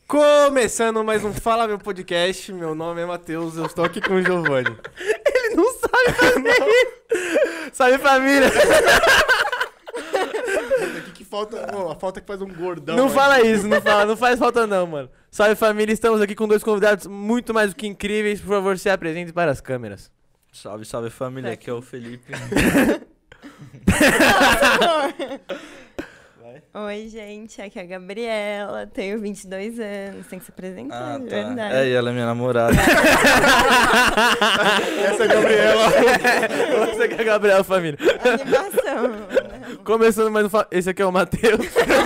Começando mais um Fala Meu Podcast, meu nome é Matheus, eu estou aqui com o Giovanni. Ele não sabe fazer isso. Salve, família. O que falta? A falta que faz um gordão. Não fala isso, não faz falta não, mano. Salve, família, estamos aqui com dois convidados muito mais do que incríveis. Por favor, se apresente para as câmeras. Salve, salve, família, aqui é o Felipe. Oi, gente, aqui é a Gabriela, tenho 22 anos, tem que se apresentar, Ah, tá. verdade. É, e ela é minha namorada. Essa é a Gabriela. Você que é a Gabriela, família. Animação. Começando mais um... Esse aqui é o Matheus.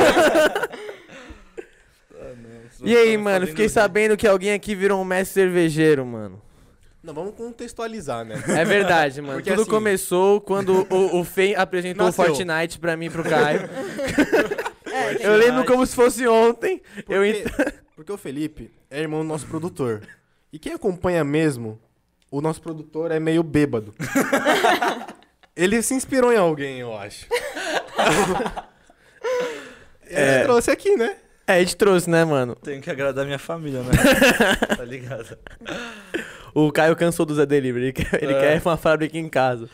E aí, mano, fiquei sabendo que alguém aqui virou um mestre cervejeiro, mano. Não, vamos contextualizar, né? É verdade, mano. Porque Tudo assim- começou quando o Fê apresentou Nasceu. o Fortnite pra mim e pro Caio. É, Eu lembro como se fosse ontem. Porque o Felipe é irmão do nosso produtor. E quem acompanha mesmo, o nosso produtor é meio bêbado. Ele se inspirou em alguém, eu acho. Ele trouxe aqui, né? É, a gente trouxe, né, mano? Tenho que agradar minha família, né? Tá ligado? O Caio cansou do Zé Delivery. Ele quer uma fábrica em casa.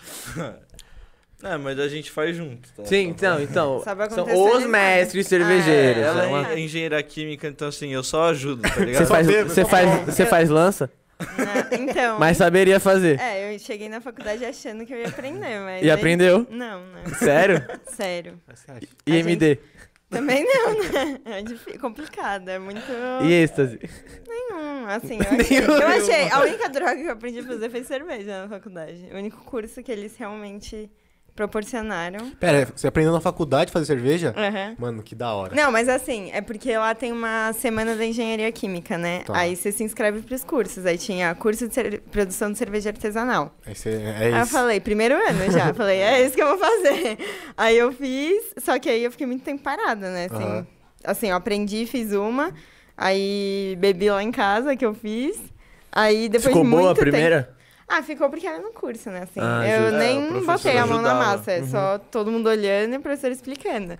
É, mas a gente faz junto, tá? Sim, então Só pra são contextualizar. os mestres cervejeiros. Ela É uma- é engenheira química, então assim, eu só ajudo, tá ligado? Você faz lança? Não, então, Mas saberia fazer. eu cheguei na faculdade achando que eu ia aprender, mas... E aí- aprendeu? Não, Sério? sério. E MD? Também não, né? É complicado, é muito... E êxtase? Nenhum, assim, eu achei... A única droga que eu aprendi a fazer foi cerveja na faculdade. O único curso que eles realmente proporcionaram. Pera, você aprendeu na faculdade a fazer cerveja? Aham. Mano, que da hora. Não, mas assim, é porque lá tem uma semana da engenharia química, né? Tá. Aí você se inscreve pros cursos. Aí tinha curso de produção de cerveja artesanal. É Aí eu isso. falei, primeiro ano já. Falei, é isso que eu vou fazer. Aí eu fiz, só que aí eu fiquei muito tempo parada, né? Assim, Aham. assim, eu aprendi, fiz uma. Aí bebi lá em casa, que eu fiz. Aí depois Ficou de boa a muito tempo... primeira? Ah, ficou porque era no curso, né? Assim, Ah, eu justo. o nem professor botei a mão na ajudava. massa, é só todo mundo olhando e o professor explicando.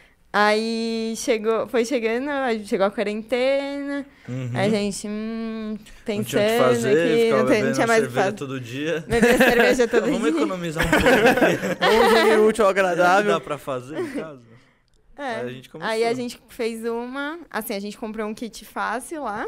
Aí foi chegando, aí chegou a quarentena, Uhum. a gente Não pensando tinha o que fazer, aqui, ficava não bebendo tinha mais o que cerveja fazer. todo dia. Beber cerveja todo Vamos dia. economizar um pouco. Vamos unir o útil ao Dá agradável. pra fazer em casa? É. Aí a gente começou. Aí a gente fez uma, assim, a gente comprou um kit fácil lá.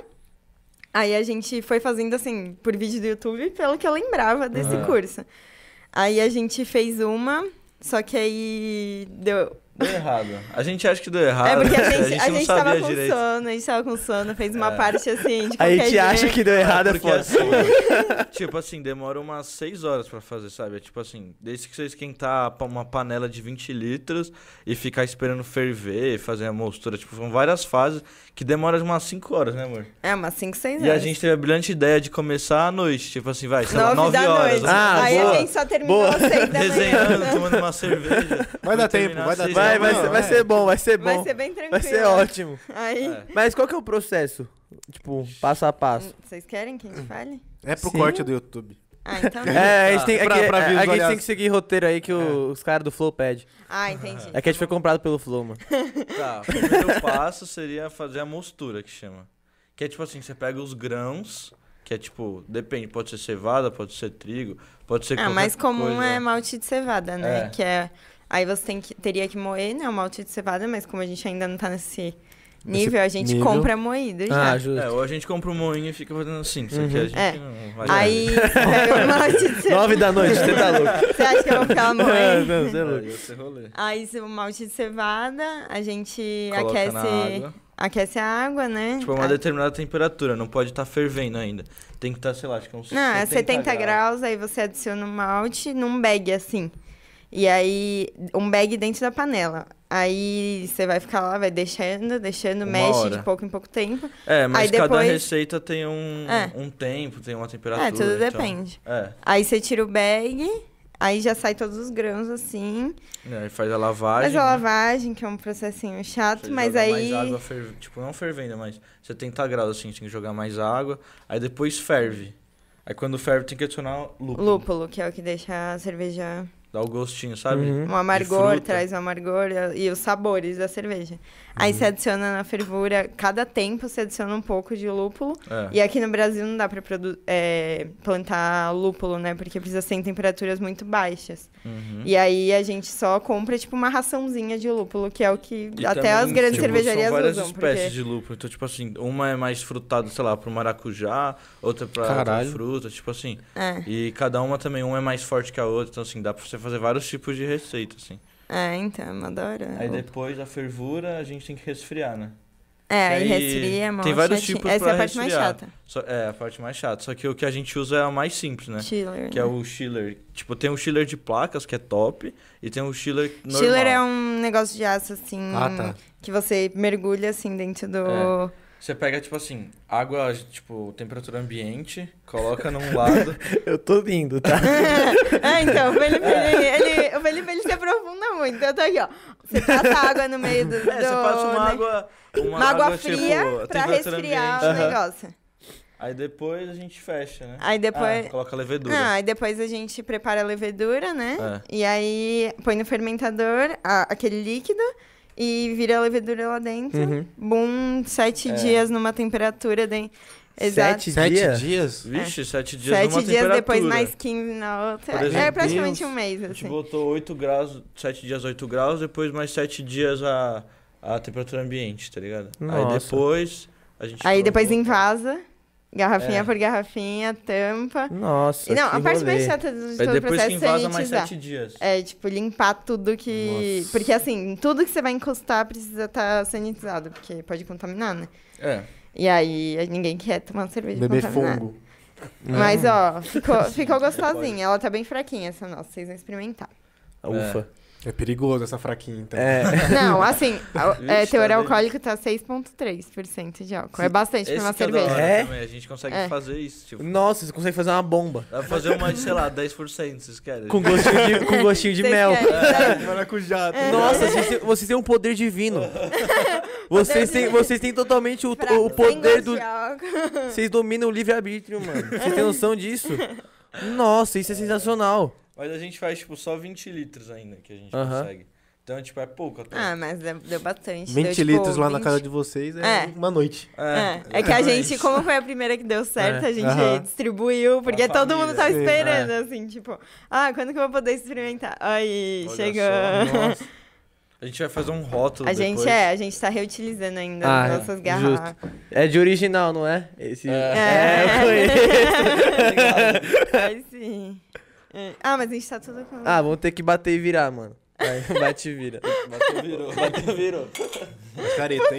Aí a gente foi fazendo, assim, por vídeo do YouTube, pelo que eu lembrava desse curso. Aí a gente fez uma, só que aí deu... Deu errado. A gente acha que deu errado. É porque a não gente sabia tava com direito. sono, a gente tava com sono, fez uma parte assim, de A qualquer gente acha jeito. que deu errado, é Porque foda. assim, tipo assim, demora umas 6 horas pra fazer, sabe? É tipo assim, desde que você esquentar uma panela de 20 litros e ficar esperando ferver, fazer a mostura, tipo, são várias fases que demoram umas 5 horas, né, amor? É, umas 5, 6 E horas. a gente teve a brilhante ideia de começar à noite, tipo assim, vai, sei lá, 9 9 da horas. noite. Ah, aí boa. a gente só terminou Boa. às 6 da manhã. Desenhando, tomando uma cerveja. Vai dar Foi tempo, terminar vai às dar 6 tempo. da Vai manhã. ser bom, vai ser bom. Vai ser bem tranquilo. Vai ser ótimo. Aí, É. Mas qual que é o processo? Tipo, passo a passo. vocês querem que a gente fale? É pro Sim. corte do YouTube. Ah, então não. É, a gente tem, é Pra que- pra a gente visualizar. tem que seguir roteiro aí que os caras do Flow pedem. Ah, entendi. É que a gente foi comprado pelo Flow, mano. Tá, o primeiro passo seria fazer a mostura, que chama. Que é tipo assim, você pega os grãos, que é tipo, depende, pode ser cevada, pode ser trigo, pode ser Ah, qualquer mais comum coisa. é malte de cevada, né? É. Que é... Aí você teria que moer, né, o malte de cevada, mas como a gente ainda não tá nesse nível, a gente nível. compra moído já. Ah, justo. É, ou a gente compra um moinho e fica fazendo assim, isso aqui a gente É. não vai Aí você pega o malte de cevada. 9 da noite, você tá louco. Você acha que eu vou ficar lá moendo? Não, você é louco. Esse rolê. Aí o malte de cevada, a gente Coloca na água. aquece a água, né? Tipo, uma Ah, determinada temperatura, não pode estar fervendo ainda. Tem que estar, sei lá, acho que uns Não, é 70 graus, aí você adiciona o malte num bag, assim. E aí, um bag dentro da panela. Aí você vai ficar lá, vai deixando, Uma mexe hora. de pouco em pouco tempo. É, mas Aí cada depois- receita tem É. um tempo, tem uma temperatura. É, tudo então- depende. É, Aí você tira o bag, aí já sai todos os grãos assim. aí faz a lavagem. Faz a né? lavagem, que é um processinho chato, Você mas joga aí... mais água, tipo, não fervendo, mas 70 graus, assim, tem que jogar mais água. Aí depois ferve. Aí quando ferve tem que adicionar lúpulo. Lúpulo, que é o que deixa a cerveja Dá o gostinho, sabe? Uhum. Um amargor, fruta. traz o amargor e os sabores da cerveja. Aí você adiciona na fervura, cada tempo você adiciona um pouco de lúpulo. É. E aqui no Brasil não dá pra plantar lúpulo, né? Porque precisa ser em temperaturas muito baixas. Uhum. E aí a gente só compra, tipo, uma raçãozinha de lúpulo, que é o que E até também, as grandes tipo, cervejarias são várias usam. espécies Porque... de lúpulo. Então, tipo assim, uma é mais frutado, sei lá, pro maracujá, outra pra outra Caralho. fruta, tipo assim. É, E cada uma também, uma é mais forte que a outra. Então, assim, dá pra você fazer vários tipos de receita, assim. então, é uma da hora. Aí depois da fervura, a gente tem que resfriar, né? Aí aí resfria, mó tem vários chatinho. tipos Essa pra é a parte mais resfriar. chata. É, a parte mais chata. Só que o que a gente usa é a mais simples, né? Chiller. Que é o chiller. Tipo, tem o chiller de placas, que é top, e tem o chiller normal. Chiller é um negócio de aço, assim, Ah, tá. que você mergulha, assim, dentro do... É. Você pega, tipo assim, água, tipo, temperatura ambiente, coloca num lado. Eu tô lindo, tá? Então, o Felipe, ele se aprofunda muito. Eu tô aqui, ó. Você passa água no meio do... Você passa uma né? água... Uma água tipo, fria a pra temperatura resfriar ambiente. o negócio. Aí depois a gente fecha, né? Aí depois... Coloca a levedura. Aí depois a gente prepara a levedura, né? É. E aí põe no fermentador aquele líquido e vira a levedura lá dentro. Uhum. Bum, 7 dias numa temperatura... Exato. 7 dias? Vixe, 7 dias 7 numa dias temperatura. depois mais 15 na outra. Por exemplo, É praticamente um mês, A gente assim. botou 8 graus, 7 dias 8 graus, depois mais 7 dias a temperatura ambiente, tá ligado? Aí Nossa. depois a gente... Aí depois provou. invasa, garrafinha É. por garrafinha, tampa. Nossa, E não, que a parte mais rolê. chata de Aí todo o depois processo que é invasa mais sanitizar. 7 dias. É, tipo, limpar tudo que... Nossa. Porque, assim, tudo que você vai encostar precisa estar sanitizado, porque pode contaminar, né? É. E aí, ninguém quer tomar cerveja Beber contaminada. fungo. Mas, ó, ficou gostosinha. Ela tá bem fraquinha, essa nossa. Vocês vão experimentar. Ufa. É perigoso essa fraquinha, então. É. Não, assim, Vixe, teor tá alcoólico tá 6,3% de álcool. É bastante pra Esse uma que é da hora cerveja. É? também, a gente consegue É. fazer isso, tipo... Nossa, você consegue fazer uma bomba. Dá pra fazer uma, sei lá, 10%, vocês querem? Com gostinho de Vocês mel. querem? Maracujá. Nossa, vocês têm um poder divino. Vocês têm totalmente o Sem poder gosto do. de álcool. Vocês dominam o livre-arbítrio, mano. Vocês têm noção disso? Nossa, isso é sensacional. Mas a gente faz, tipo, só 20 litros ainda que a gente Aham. consegue. Então, tipo, é pouco até. Ah, mas deu bastante. 20 deu, tipo, litros lá na 20. casa de vocês é É. uma noite. É que a gente, como foi a primeira que deu certo, É. a gente Aham. distribuiu, porque Pra todo mundo família. tava Sim. esperando, assim, tipo, quando que eu vou poder experimentar? Aí, Olha chegou. só, nossa. A gente vai fazer um rótulo A depois. gente tá reutilizando ainda Ah, as nossas garrafas. É de original, não é? Esse... É. eu conheço. Aí sim. É. Ah, mas a gente tá tudo com... Ah, vamos ter que bater e virar, mano. Vai, bate e vira. Bateu, virou. Bateu e virou. Mas careta, hein?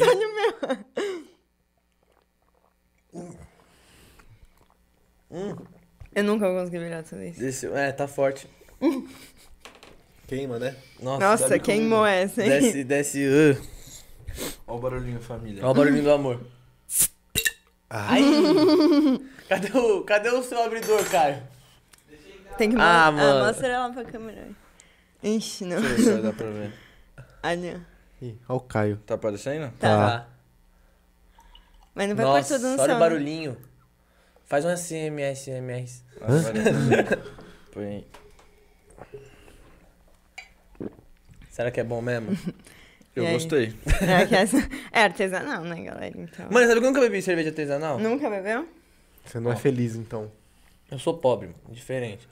Eu nunca vou conseguir virar tudo isso. Tá forte. Queima, né? Nossa, deve queimou essa, hein? Desce. Olha o barulhinho, família. Olha o barulhinho do amor. Ai. Cadê o seu abridor, Caio? Tem que mano. mostra ela pra câmera. Ixi, não. Deixa eu ver se vai dar pra ver. Olha. Ih, olha o Caio. Tá aparecendo? Tá. Mas não vai pôr tudo no olha o som. barulhinho. Faz um SMR. Põe aí. Será que é bom mesmo? Eu E aí? gostei. É artesanal, né, galera? Então. Mano, sabe que eu nunca bebi cerveja artesanal? Nunca bebeu? Você não é feliz, então. Eu sou pobre, mano. Diferente.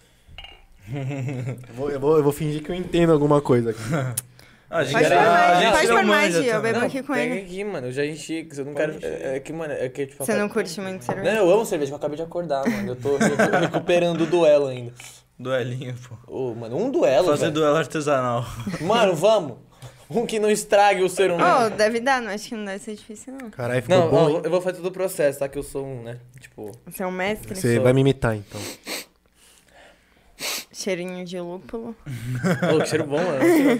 Eu vou fingir que eu entendo alguma coisa aqui. A gente Pode era- pôr mais, a gente pode não pôr mais, manja Gil. Eu também. bebo aqui com pega ele. aqui, mano. Eu já enchi. Eu não Pode quero. encher. É que, mano, é que tipo. Você não curte muito Não, cerveja? eu amo cerveja, que eu acabei de acordar, mano. Eu tô recuperando o duelo ainda. Duelinho, pô. Ô, mano, um duelo, Fazer velho. duelo artesanal. Mano, vamos. Um que não estrague o ser humano. Oh, deve dar, não acho que não deve ser difícil, não. Caralho, ficou Não, bom, ó, hein? eu vou fazer todo o processo, tá? Que eu sou um, né? Tipo. Você é um mestre? Você sou. vai me imitar, então. Cheirinho de lúpulo. Ô, que cheiro bom, mano.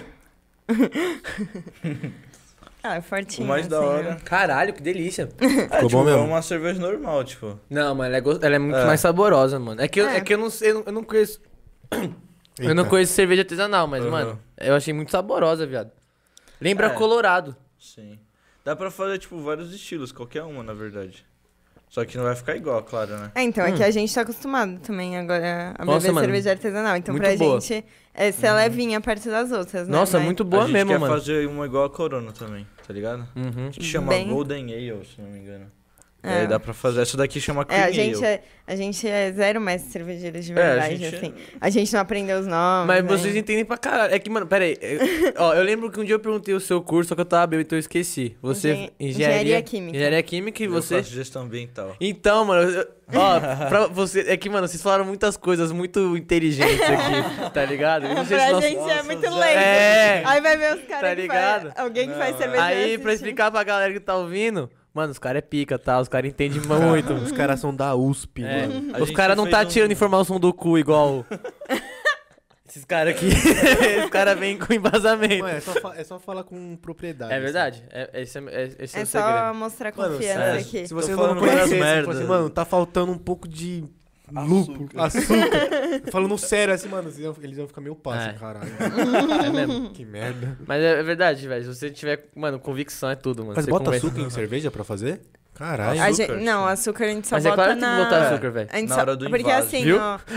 Ah, é fortinho. O mais da assim, hora. né? Caralho, que delícia. Ficou bom É mesmo? uma cerveja normal, tipo. Não, mano, ela é muito É. mais saborosa, mano. É que É. eu não sei, eu não conheço. Eu não Eita. conheço cerveja artesanal, mas, Uhum. mano, eu achei muito saborosa, viado. Lembra É. Colorado. Sim. Dá pra fazer, tipo, vários estilos, qualquer uma, na verdade. Só que não vai ficar igual, claro, né? Então, é que a gente tá acostumado também agora a Nossa, beber mano, cerveja artesanal. Então, muito pra boa. gente, essa é levinha perto das outras, né? Nossa, Mas- muito boa a gente mesmo, quer mano. fazer uma igual a Corona também, tá ligado? Uhum. Que chama Bem- Golden Ale, se não me engano. É. Aí dá pra fazer. Essa daqui chama Cream A gente é zero mestre cervejeiro de a verdade, gente é- assim. A gente não aprendeu os nomes. Mas né? vocês entendem pra caralho. É que, mano, pera aí. Ó, eu lembro que um dia eu perguntei o seu curso, só que eu tava bêbado, então eu esqueci. Você... Engenharia Química. Engenharia Química e Eu você... faço gestão ambiental. Então, mano, ó, pra você... É que, mano, vocês falaram muitas coisas muito inteligentes aqui, tá ligado? Eu não sei Pra se nós- gente é muito Zé. lento. É. Aí vai ver os caras Tá que ligado? faz... Alguém que faz Não, cerveja Aí, pra explicar pra galera que tá ouvindo... Mano, os caras é pica, tá? Os caras entendem muito. Os caras são da USP, É. mano. A Os gente caras não fez tá um- tirando informação do cu igual... Esses caras aqui. Esses caras vêm com embasamento. Mano, é só falar com propriedade. É verdade. Esse é É o só segredo. mostrar Mano, confiança sério, aqui. Se você Tô não falando conhecer, várias você fala merdas. assim, mano, tá faltando um pouco de lúpulo, açúcar. Falando sério, assim, mano, eles iam ficar meio pá, É. assim, caralho. É mesmo. Que merda. Mas é verdade, velho. Se você tiver, mano, convicção é tudo, mano. Mas Você bota convence- açúcar em cerveja pra fazer? Caralho. A Açúcar, gente, não, sim. açúcar a gente só Mas é bota claro que tem que botar na... açúcar, velho. A gente Na só... hora do Porque invase. assim, Viu? ó...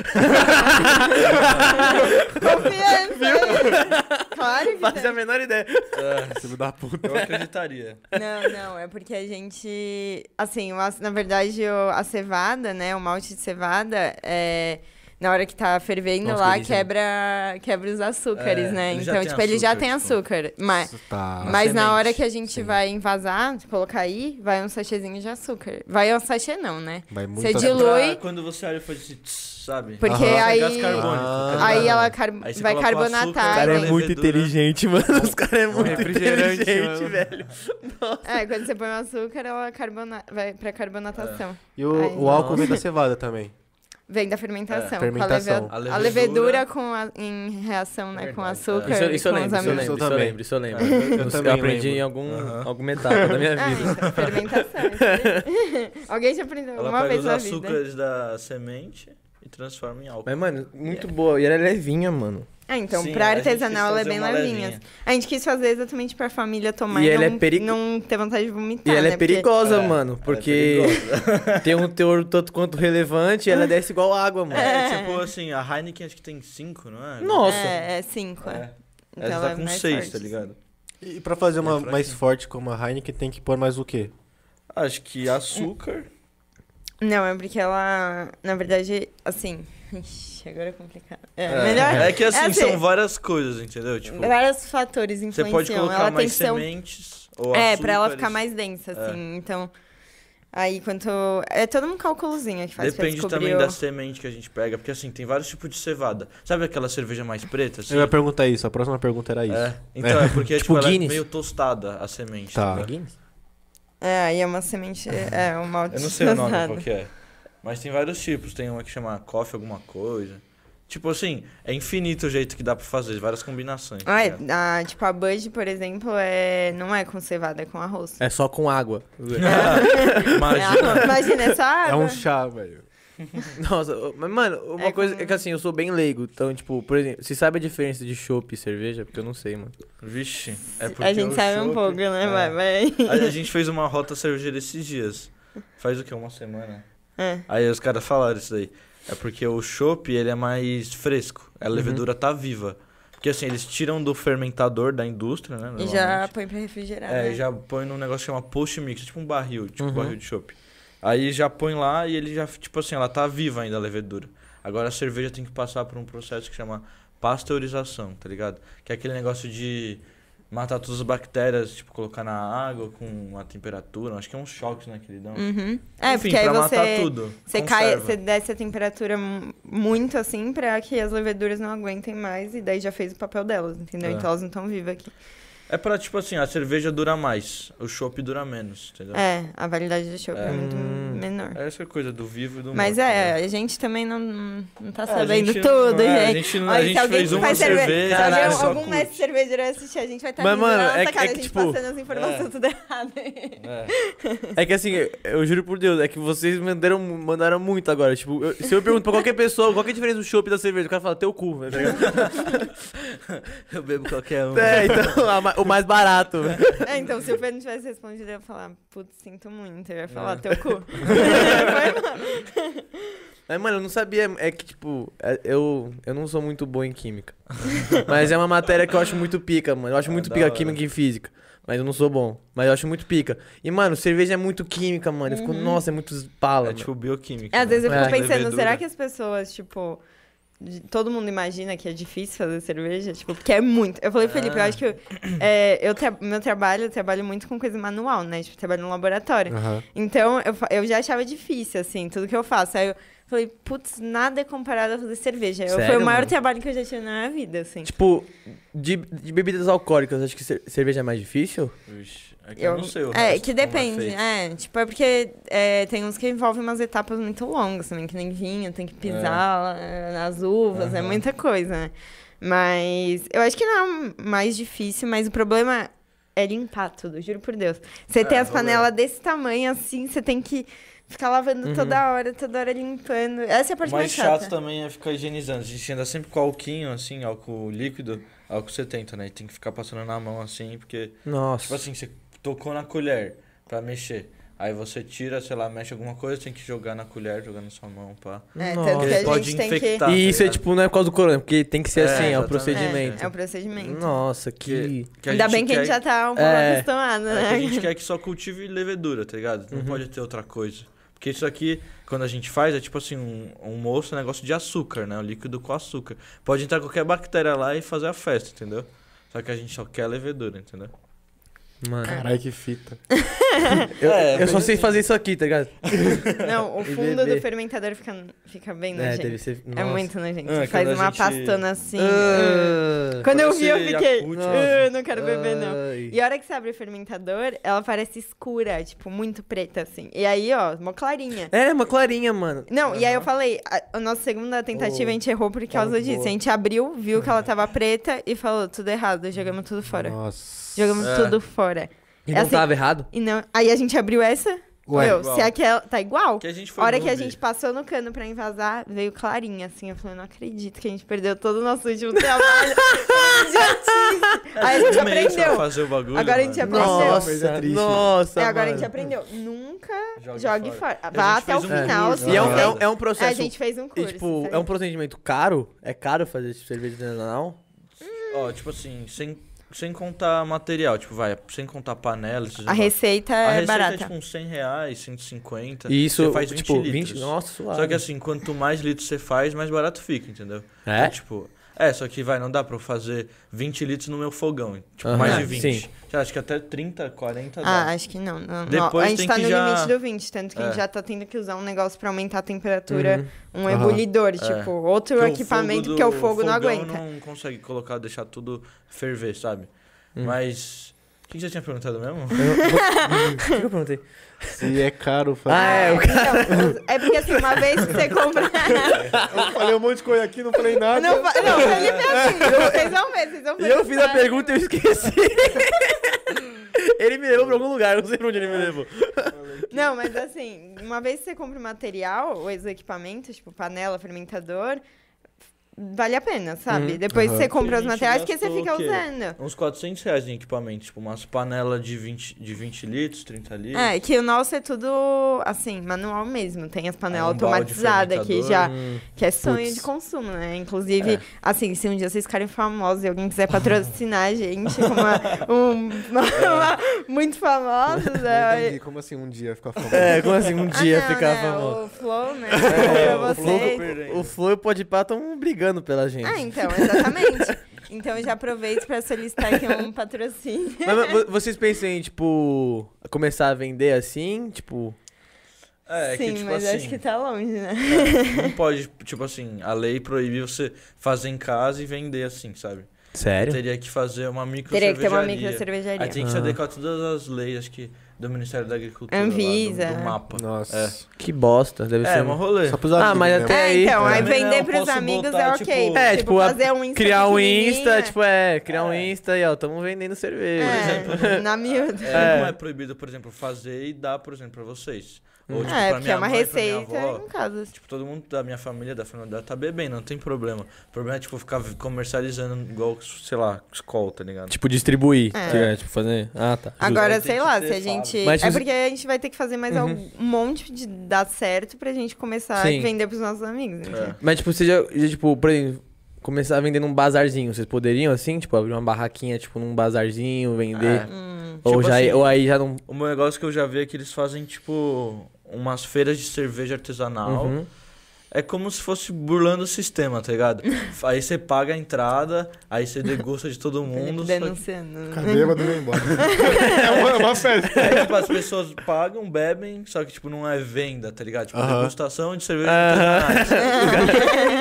Confiança! Claro que Faz a menor ideia. Filho da puta. Eu acreditaria. Não, é porque a gente... Assim, na verdade, a cevada, né? O malte de cevada, na hora que tá fervendo Nossa, lá, delícia. quebra os açúcares, É, né? ele já Então, tem tipo, ele já açúcar, tem tipo. açúcar. Mas Tá. na semente, hora que a gente sim. vai envasar, colocar aí, vai um sachêzinho de açúcar. Vai um sachê não, né? Vai muito Você açúcar. dilui, Quando você olha e faz esse tss, sabe? porque Aham. aí... Gás carbônico. Ah. tá Aí ligado? ela Aí você vai coloca o carbonatar. açúcar, O cara é levedura. muito inteligente, mano. Os caras é muito refrigerante, inteligente, mano. velho. Quando você põe o açúcar, ela vai pra carbonatação. E o Ai, álcool vem nossa. da cevada também. Vem da fermentação. É, fermentação. Com a A levedura em reação, né? Com Verdade. açúcar Isso eu e com os lembro, isso eu amigos. lembro, isso eu também. lembro, isso eu lembro. Eu Eu também aprendi lembro. em alguma etapa da minha vida. Então, fermentação. isso aí. Alguém já aprendeu Ela uma pega vez os na vida. açúcares da semente e transforma em álcool. Mas, mano, muito boa. E ela é levinha, mano. Então, Sim, pra a gente artesanal, ela é quis bem fazer uma levinha. levinha. A gente quis fazer exatamente pra família tomar E e ela é não ter vontade de vomitar, E ela né? é perigosa, É, mano. ela é Porque tem um teor tanto quanto relevante e ela desce igual água, mano. Tipo assim, a Heineken acho que tem 5, não é? Nossa. É 5, É. Então Essa ela tá é com mais 6, forte. tá ligado? E pra fazer uma fraquinho. mais forte como a Heineken, tem que pôr mais o quê? Acho que açúcar. Não, é porque ela, na verdade, assim... Ixi, agora é complicado. Melhor... É que assim, assim, são várias coisas, entendeu? Tipo, Vários fatores você influenciam. pode colocar ela tem mais que ser sementes ou pra ela açúcares. ficar mais densa, assim. Então, aí quanto... É todo um cálculozinho que faz pra Depende descobrir também o... da semente que a gente pega, porque assim, tem vários tipos de cevada. Sabe aquela cerveja mais preta? Assim? Eu ia perguntar isso, a próxima pergunta era isso. É. Então, é porque Tipo tipo, ela é Guinness? meio tostada a semente. Tá. entendeu? aí é uma semente... É, um malte Eu não sei o nome rosado. qual que é. Mas tem vários tipos. Tem uma que chama coffee alguma coisa. Tipo assim, é infinito o jeito que dá pra fazer, várias combinações. tá ligado? Tipo, a Bud, por exemplo, não é com cevada, é com arroz. É só com água. Imagina. Imagina, é só água. É um chá, velho. Nossa, mas, mano, uma É coisa com- é que assim, eu sou bem leigo. Então, tipo, por exemplo, você sabe a diferença de chopp e cerveja? Porque eu não sei, mano. Vixe. É porque A gente o sabe um chopp- pouco, né? é. Vai. A gente fez uma rota cervejeira esses dias. Faz o que? Uma semana? É. Aí os caras falaram isso daí. É porque o chopp, ele é mais fresco. A levedura tá viva. Porque assim, eles tiram do fermentador da indústria, né? E já normalmente. põe pra refrigerar, É, né? e já põe num negócio que chama post-mix, tipo um barril, tipo Uhum. barril de chopp. Aí já põe lá e ele já, tipo assim, ela tá viva ainda a levedura. Agora a cerveja tem que passar por um processo que chama pasteurização, tá ligado? Que é aquele negócio de matar todas as bactérias, tipo, colocar na água com uma temperatura. Acho que é uns choques, né, que ele dá. Uhum. Enfim, Porque aí pra matar você... tudo. Você conserva. você desce a temperatura muito assim pra que as leveduras não aguentem mais e daí já fez o papel delas, entendeu? É. Então elas não estão vivas aqui. É pra, tipo assim, a cerveja dura mais, o chopp dura menos, entendeu? A validade do chopp é muito menor. É essa coisa do vivo e do Mas morto, né? a gente também não tá a sabendo gente tudo, não- a gente. gente não- Olha, a se gente alguém fez que uma faz cerveja, se alguém- só algum curte. mestre cervejeiro assistir, a gente vai estar Mas, rindo mano, na nossa é que- cara, é a que, gente tipo, passando as informações tudo errado. É. É que assim, eu juro por Deus, é que vocês mandaram muito agora. Tipo, se eu pergunto pra qualquer pessoa qual que é a diferença do chopp e da cerveja, o cara fala, teu cu, tá ligado? Eu bebo qualquer um. É, então, o mais barato. Então, se o Pedro não tivesse respondido, eu ia falar, putz, sinto muito. Eu ia falar, teu cu. Mas, mano, eu não sabia. É que, tipo, eu não sou muito bom em química. Mas é uma matéria que eu acho muito pica, mano. Eu acho muito da pica hora. química e física. Mas eu não sou bom. Mas eu acho muito pica. E, mano, cerveja é muito química, mano. Eu fico, nossa, é muito bala. É tipo bioquímica. Às vezes eu né? fico pensando, Levedura. será que as pessoas, tipo... Todo mundo imagina que é difícil fazer cerveja, tipo, porque é muito. Eu falei, Felipe, eu acho que meu trabalho, eu trabalho muito com coisa manual, né? Tipo, trabalho no laboratório. Aham. Então, eu já achava difícil, assim, tudo que eu faço. Aí eu falei, putz, nada é comparado a fazer cerveja. Foi Sério, o maior mano? trabalho que eu já tive na minha vida, assim. Tipo, de bebidas alcoólicas, acho que cerveja é mais difícil? Vixe, é que eu não sei o É, resto, que como depende. feito. Tipo, é porque tem uns que envolvem umas etapas muito longas também, que nem vinho, tem que pisar nas uvas, é muita coisa, né? Mas eu acho que não é mais difícil, mas o problema é limpar tudo, juro por Deus. Você tem as rolê. panelas desse tamanho, assim, você tem que ficar lavando toda hora limpando. Essa é a O parte mais mais chato chata. também é ficar higienizando. A gente anda sempre com alquinho, assim, álcool líquido, álcool 70, né? E tem que ficar passando na mão, assim, porque... Nossa. Tipo assim, você tocou na colher pra mexer. Aí você tira, sei lá, mexe alguma coisa, tem que jogar na colher, jogar na sua mão, pá. Tanto Nossa. que a Pode gente tem que... infectar. E isso é ligado? tipo, não é por causa do corona, porque tem que ser assim, é o exatamente. procedimento. É o procedimento. Nossa, que. Que Ainda bem que a gente já tá um pouco acostumado, É que né? a gente quer que só cultive levedura, tá ligado? Não pode ter outra coisa. Porque isso aqui, quando a gente faz, é tipo assim, um moço, um negócio de açúcar, né? Um líquido com açúcar. Pode entrar qualquer bactéria lá e fazer a festa, entendeu? Só que a gente só quer a levedura, entendeu? Mano. Caralho, que fita. Eu só sei fazer isso aqui, tá ligado? Não, o E fundo beber. do fermentador fica bem É, nojento. deve ser. É Nossa. muito nojento. Ah, Faz quando a uma gente- pastona assim. Ah. Quando eu Parece vi, eu fiquei. Yakult, Não quero beber, não. Ai. E a hora que você abre o fermentador, ela parece escura, tipo, muito preta, assim. E aí, ó, mó clarinha. É, uma clarinha, mano. Não, e aí eu falei, a nossa segunda tentativa a gente errou por causa muito disso. boa. A gente abriu, viu que ela tava preta e falou, tudo errado, jogamos tudo fora. Nossa. Jogamos tudo fora. E É não assim- tava errado? E não... Aí a gente abriu essa, Ué, meu, igual. se aquela... Tá igual? Que a gente A foi hora que a noob. gente passou no cano pra envasar, veio clarinha, assim. Eu falei, não acredito que a gente perdeu todo o nosso último trabalho. Idiotice. Aí a gente Um mês pra aprendeu. fazer o bagulho, Agora a gente mano. aprendeu. Mas é triste. Nossa, Agora a mano. gente aprendeu. Nunca Jogue jogue fora. fora. A Vá gente até o fez um final. curso, se E é um, você- é um- é um A processo. gente fez um E, curso. tipo, isso é um aí. procedimento caro? É caro fazer cerveja artesanal? Ó, tipo assim, sem contar material, tipo, vai, sem contar panela, esses A negócios. receita A é receita barata. é tipo uns R$100, 150. E isso, Você faz 20 tipo, litros. 20. Nossa, suave. Só que assim, quanto mais litros você faz, mais barato fica, entendeu? É? Então, tipo, só que não dá pra eu fazer 20 litros no meu fogão. Tipo, Aham, mais de 20. sim. Já acho que até 30, 40 dá. Ah, acho que não. não. Depois a gente tem tá que no já- limite do 20, tanto que a gente já tá tendo que usar um negócio pra aumentar a temperatura, um Aham. ebulidor, tipo, outro Porque o equipamento, fogo porque o fogo não fogão aguenta. não consegue colocar, deixar tudo ferver, sabe? Mas... O que você tinha perguntado mesmo? O que eu perguntei? Se é caro fazer. Ah, é, o cara. Então, é porque assim, uma vez que você compra. Eu falei um monte de coisa aqui, não falei nada. Não, Felipe é assim, vocês vão ver, vocês vão E eu fiz a perguntar. pergunta e eu esqueci. Ele me levou pra algum lugar, eu não sei pra onde ele me levou. Não, mas assim, uma vez que você compra o material, ou os equipamentos, tipo panela, fermentador, vale a pena, sabe? Depois você compra os A gente materiais que você gastou fica o quê? usando. Uns R$400 em equipamento, tipo umas panelas de 20 litros, 30 litros. É, que o nosso é tudo, assim, manual mesmo. Tem as panelas um balde automatizadas aqui fermentador. já, que é sonho Putz. de consumo, né? Inclusive, assim, se um dia vocês ficarem famosos e alguém quiser patrocinar a gente, como muito famosos, Não né? entendi, como assim um dia ficar famoso? É, como assim, um dia não, ficar né? famoso. O Flow, né? É, pra o Flow, vocês. o Flow e o Podpah estão brigando pela gente. Ah, então, exatamente. Então eu já aproveito pra solicitar aqui um patrocínio. Mas vocês pensam em, tipo, começar a vender assim? Tipo. É, Sim, que tipo mas assim, acho que tá longe, né? não pode, tipo assim, a lei proíbe você fazer em casa e vender assim, sabe? Sério? Teria que fazer uma micro Teria que ter uma cervejaria. micro cervejaria. Aí tem que se adequar a todas as leis, acho que, do Ministério da Agricultura. Anvisa, lá, do né? mapa. Nossa. Que bosta, deve ser. É, um rolê. Só pros amigos, mas né? até aí. então, aí Também vender não pros posso amigos botar, é ok. tipo- É, tipo, fazer um Insta criar um pequenininho, Insta, é. tipo, criar um Insta e ó, tamo vendendo cerveja. É, na miúda. Não é proibido, por exemplo, fazer e dar, por exemplo, pra vocês. Ou, tipo, É, pra porque minha é uma mãe, pra minha receita avó. em casa. Tipo, todo mundo da minha família, da família dela, tá bebendo, não tem problema. O problema é, tipo, ficar comercializando igual, sei lá, Skol, tá ligado? Tipo, distribuir. É. que é, tipo, fazer. Ah, tá. Agora, Aí tem sei que lá, ter se a gente gente. Mas É você- porque a gente vai ter que fazer mais um monte de dar certo pra gente começar Sim. a vender pros nossos amigos. Né? Mas, tipo, você já, tipo, por exemplo, começar a vender num bazarzinho, vocês poderiam, assim, tipo, abrir uma barraquinha, tipo, num bazarzinho, vender? Ou, Tipo já, assim, ou aí já não... O meu negócio que eu já vi é que eles fazem, tipo, umas feiras de cerveja artesanal. Uhum. É como se fosse burlando o sistema, tá ligado? Aí você paga a entrada, aí você degusta de todo mundo. só que- Denunciando. Fica bêbado e vai embora. É uma festa. Aí, tipo, as pessoas pagam, bebem, só que, tipo, não é venda, tá ligado? Tipo, Aham. degustação de cerveja artesanais.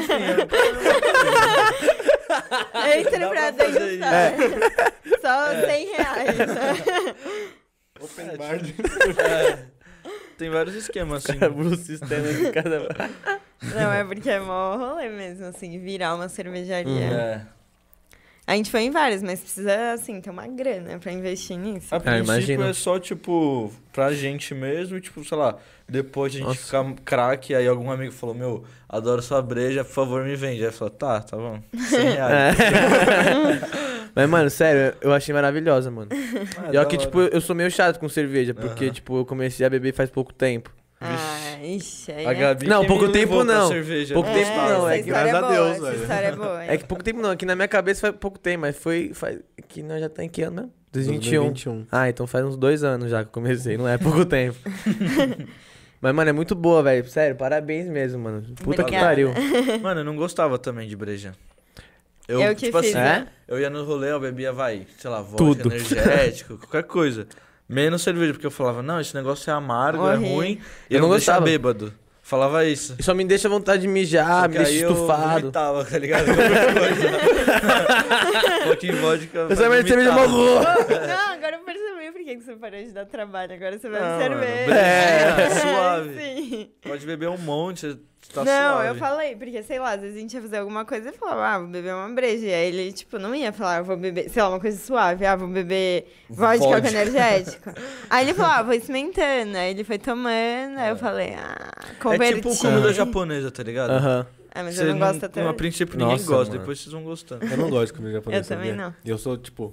Entra Dá pra pra fazer degustar. Só R$100. Open bar. Tem vários esquemas, assim. Burla o sistema de cada... Não, é porque é mó rolê mesmo, assim, virar uma cervejaria. É. A gente foi em várias, mas precisa, assim, ter uma grana pra investir nisso. A princípio imagino. é só, tipo, pra gente mesmo, e, tipo, sei lá, depois de a gente Nossa. ficar craque, aí algum amigo falou, meu, adoro sua breja, por favor, me vende. Aí falou, tá bom, R$100. Mas, mano, sério, eu achei maravilhosa, mano. Ah, E da ó que, hora. tipo, eu sou meio chato com cerveja, porque, Aham. tipo, eu comecei a beber faz pouco tempo. Ah, ixi, aí A é... Gabi Não, que pouco me tempo levou pra não. cerveja, Pouco tempo não, essa é que história graças a boa, Deus, essa velho. história é boa. É que pouco tempo não, aqui na minha cabeça faz pouco tempo, mas faz que nós já tá em que ano mesmo? 2021. 2021. Ah, então faz uns 2 anos já que eu comecei, não é pouco tempo. Mas, mano, é muito boa, velho. Sério, parabéns mesmo, mano. Puta que Obrigada. pariu. Mano, eu não gostava também de breja. Eu que tipo fiz, assim, né? eu ia no rolê, eu bebia, sei lá, vodka, Tudo. energético, qualquer coisa. Menos cerveja, porque eu falava, não, esse negócio é amargo, Horrível. é ruim, e Eu não não deixa gostava. bêbado. Falava isso. Só me deixa vontade de mijar, Só me que deixa aí eu estufado. vomitava, tá ligado? Qualquer coisa. Um pouquinho de vodka. Eu só me cerveja vomitava. morro. Não, agora eu percebi por que você parou de dar trabalho. Agora você bebe Não, cerveja. mano, breja, suave. Sim. Pode beber um monte, você tá Não, suave. eu falei, porque, sei lá, às vezes a gente ia fazer alguma coisa e falava, ah, vou beber uma breja. E aí ele, tipo, não ia falar, vou beber, sei lá, uma coisa suave, ah, vou beber vodka com Vodka. energético. Aí ele falou, ah, vou experimentando. Aí ele foi tomando, aí eu falei, ah, converti. É tipo comida japonesa, tá ligado? Aham. Ah, mas Você eu não gosto até A hoje. princípio ninguém Nossa, gosta, mano. depois vocês vão gostando. Eu não gosto de comida japonesa. Eu também sabia? não. Eu sou, tipo,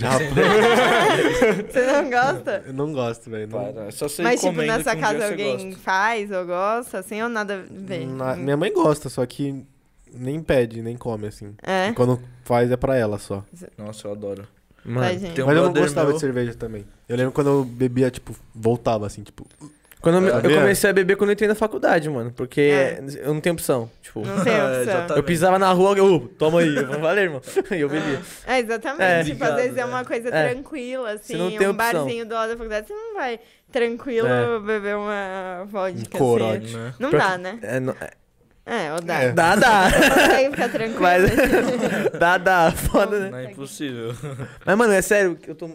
Você não gosta? eu não gosto, velho. Não- Para, é só você Mas, tipo, comendo nessa que um casa dia você alguém gosta. faz ou gosta, assim, ou nada a ver? Minha mãe gosta, só que nem pede, nem come, assim. É? E quando faz é pra ela só. Nossa, eu adoro. Mano, Tadinho. Tem um Mas eu não brother gostava meu- de cerveja também. Eu lembro quando eu bebia, tipo, voltava assim, tipo. quando eu Sabia? comecei a beber quando eu entrei na faculdade, mano. Porque eu não tenho opção. Tipo, Não tem opção. exatamente. eu pisava na rua, toma aí. Eu falei, valeu, irmão. E eu bebia. É, exatamente. É. Tipo, às vezes é uma Obrigado, coisa É. tranquila, assim, Você não tem um opção. barzinho do lado da faculdade, você não vai tranquilo É. beber uma vodka, corote. assim. Né? Não Pior dá, que- né? É, Ou dá. É. dá. Não consegue ficar tranquilo. Mas, dá, foda, né? Não é impossível. Mas, mano, é sério, eu tô...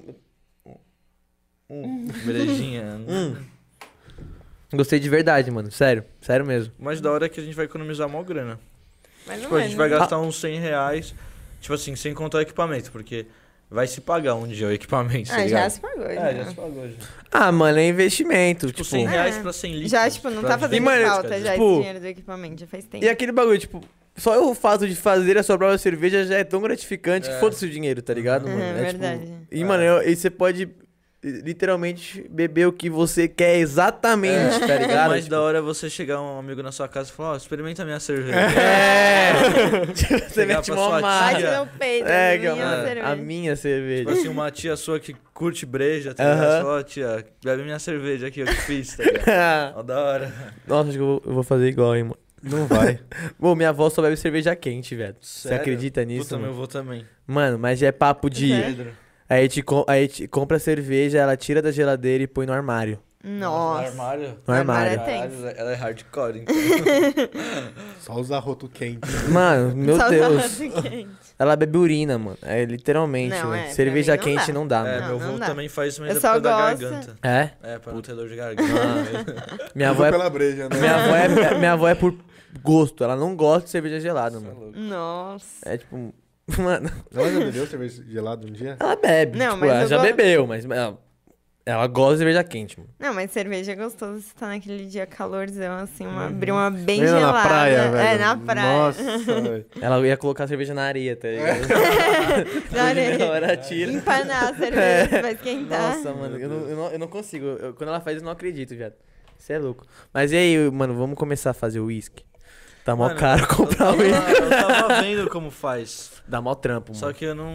Brejinha. Gostei de verdade, mano. Sério mesmo. Mas da hora é que a gente vai economizar mó grana. Mas Tipo, não a é, gente né? vai gastar uns R$100, tipo assim, sem contar o equipamento, porque vai se pagar um dia o equipamento, tá Ah, já ligado? se pagou, É, já se pagou já. Ah, mano, é investimento. Tipo, Tipo, R$100 É. pra 100 litros. Já, tipo, não pra tá fazendo E, mano, falta já tipo, esse dinheiro do equipamento, já faz tempo. E aquele bagulho, tipo, só o fato de fazer a sua própria cerveja já é tão gratificante que É. foda-se o dinheiro, tá ligado, mano? É, É, tipo, verdade. e, mano, e você pode literalmente beber o que você quer exatamente, tá O ligado? mais Tipo, da hora é você chegar um amigo na sua casa e falar, ó, experimenta a minha cerveja. É! Tipo, você Chegar mete pra mó sua marra. Bate tia. no peito, É, a minha mano, cerveja. a minha Tipo cerveja. assim, uma tia sua que curte breja, tá ligado? Aham. Fala, ó, tia, bebe minha cerveja aqui, eu que fiz, tá ligado? Ó, da hora. Nossa, acho que eu vou fazer igual, hein, mano. Não vai. Bom, minha avó só bebe cerveja quente, velho. Você Sério? acredita nisso? Puta, meu Mano? avô também. Mano, mas é papo de. Sério? Aí a gente compra a cerveja, ela tira da geladeira e põe no armário. Nossa. No armário? No armário. É tenso. Caralho, ela é hardcore, então. Só usar roto quente. Mano, meu Só Deus. usar quente. Ela bebe urina, mano. É literalmente, Não, mano. é, pra Cerveja mim não quente dá. não dá, É, mano. meu não avô dá. também faz isso, mas Eu é só por causa da gosto. garganta. É? É, pra não ter dor de garganta. Minha avó é, pela breja, né? minha avó é por gosto. Ela não gosta de cerveja gelada, mano. Nossa. É tipo. Mano, Ela já bebeu cerveja gelada um dia? ela bebe. Não, tipo, mas ela eu já gosto. bebeu, mas Ela gosta de cerveja quente, mano. Não, mas cerveja é gostoso se tá naquele dia calorzão, assim, abrir uma bem Menina, gelada. na praia, velho. É, na praia. Nossa, velho. Ela ia colocar a cerveja na areia, tá ligado? Na areia. Ela tira. Empanar a cerveja, vai esquentar. Nossa, mano, eu não consigo. Quando ela faz isso, eu não acredito, viado. Você é louco. Mas e aí, mano, vamos começar a fazer o uísque? Tá mó Mano, caro comprar o uísque. Eu tava vendo como faz. Dá mó trampo, mano. Só que eu não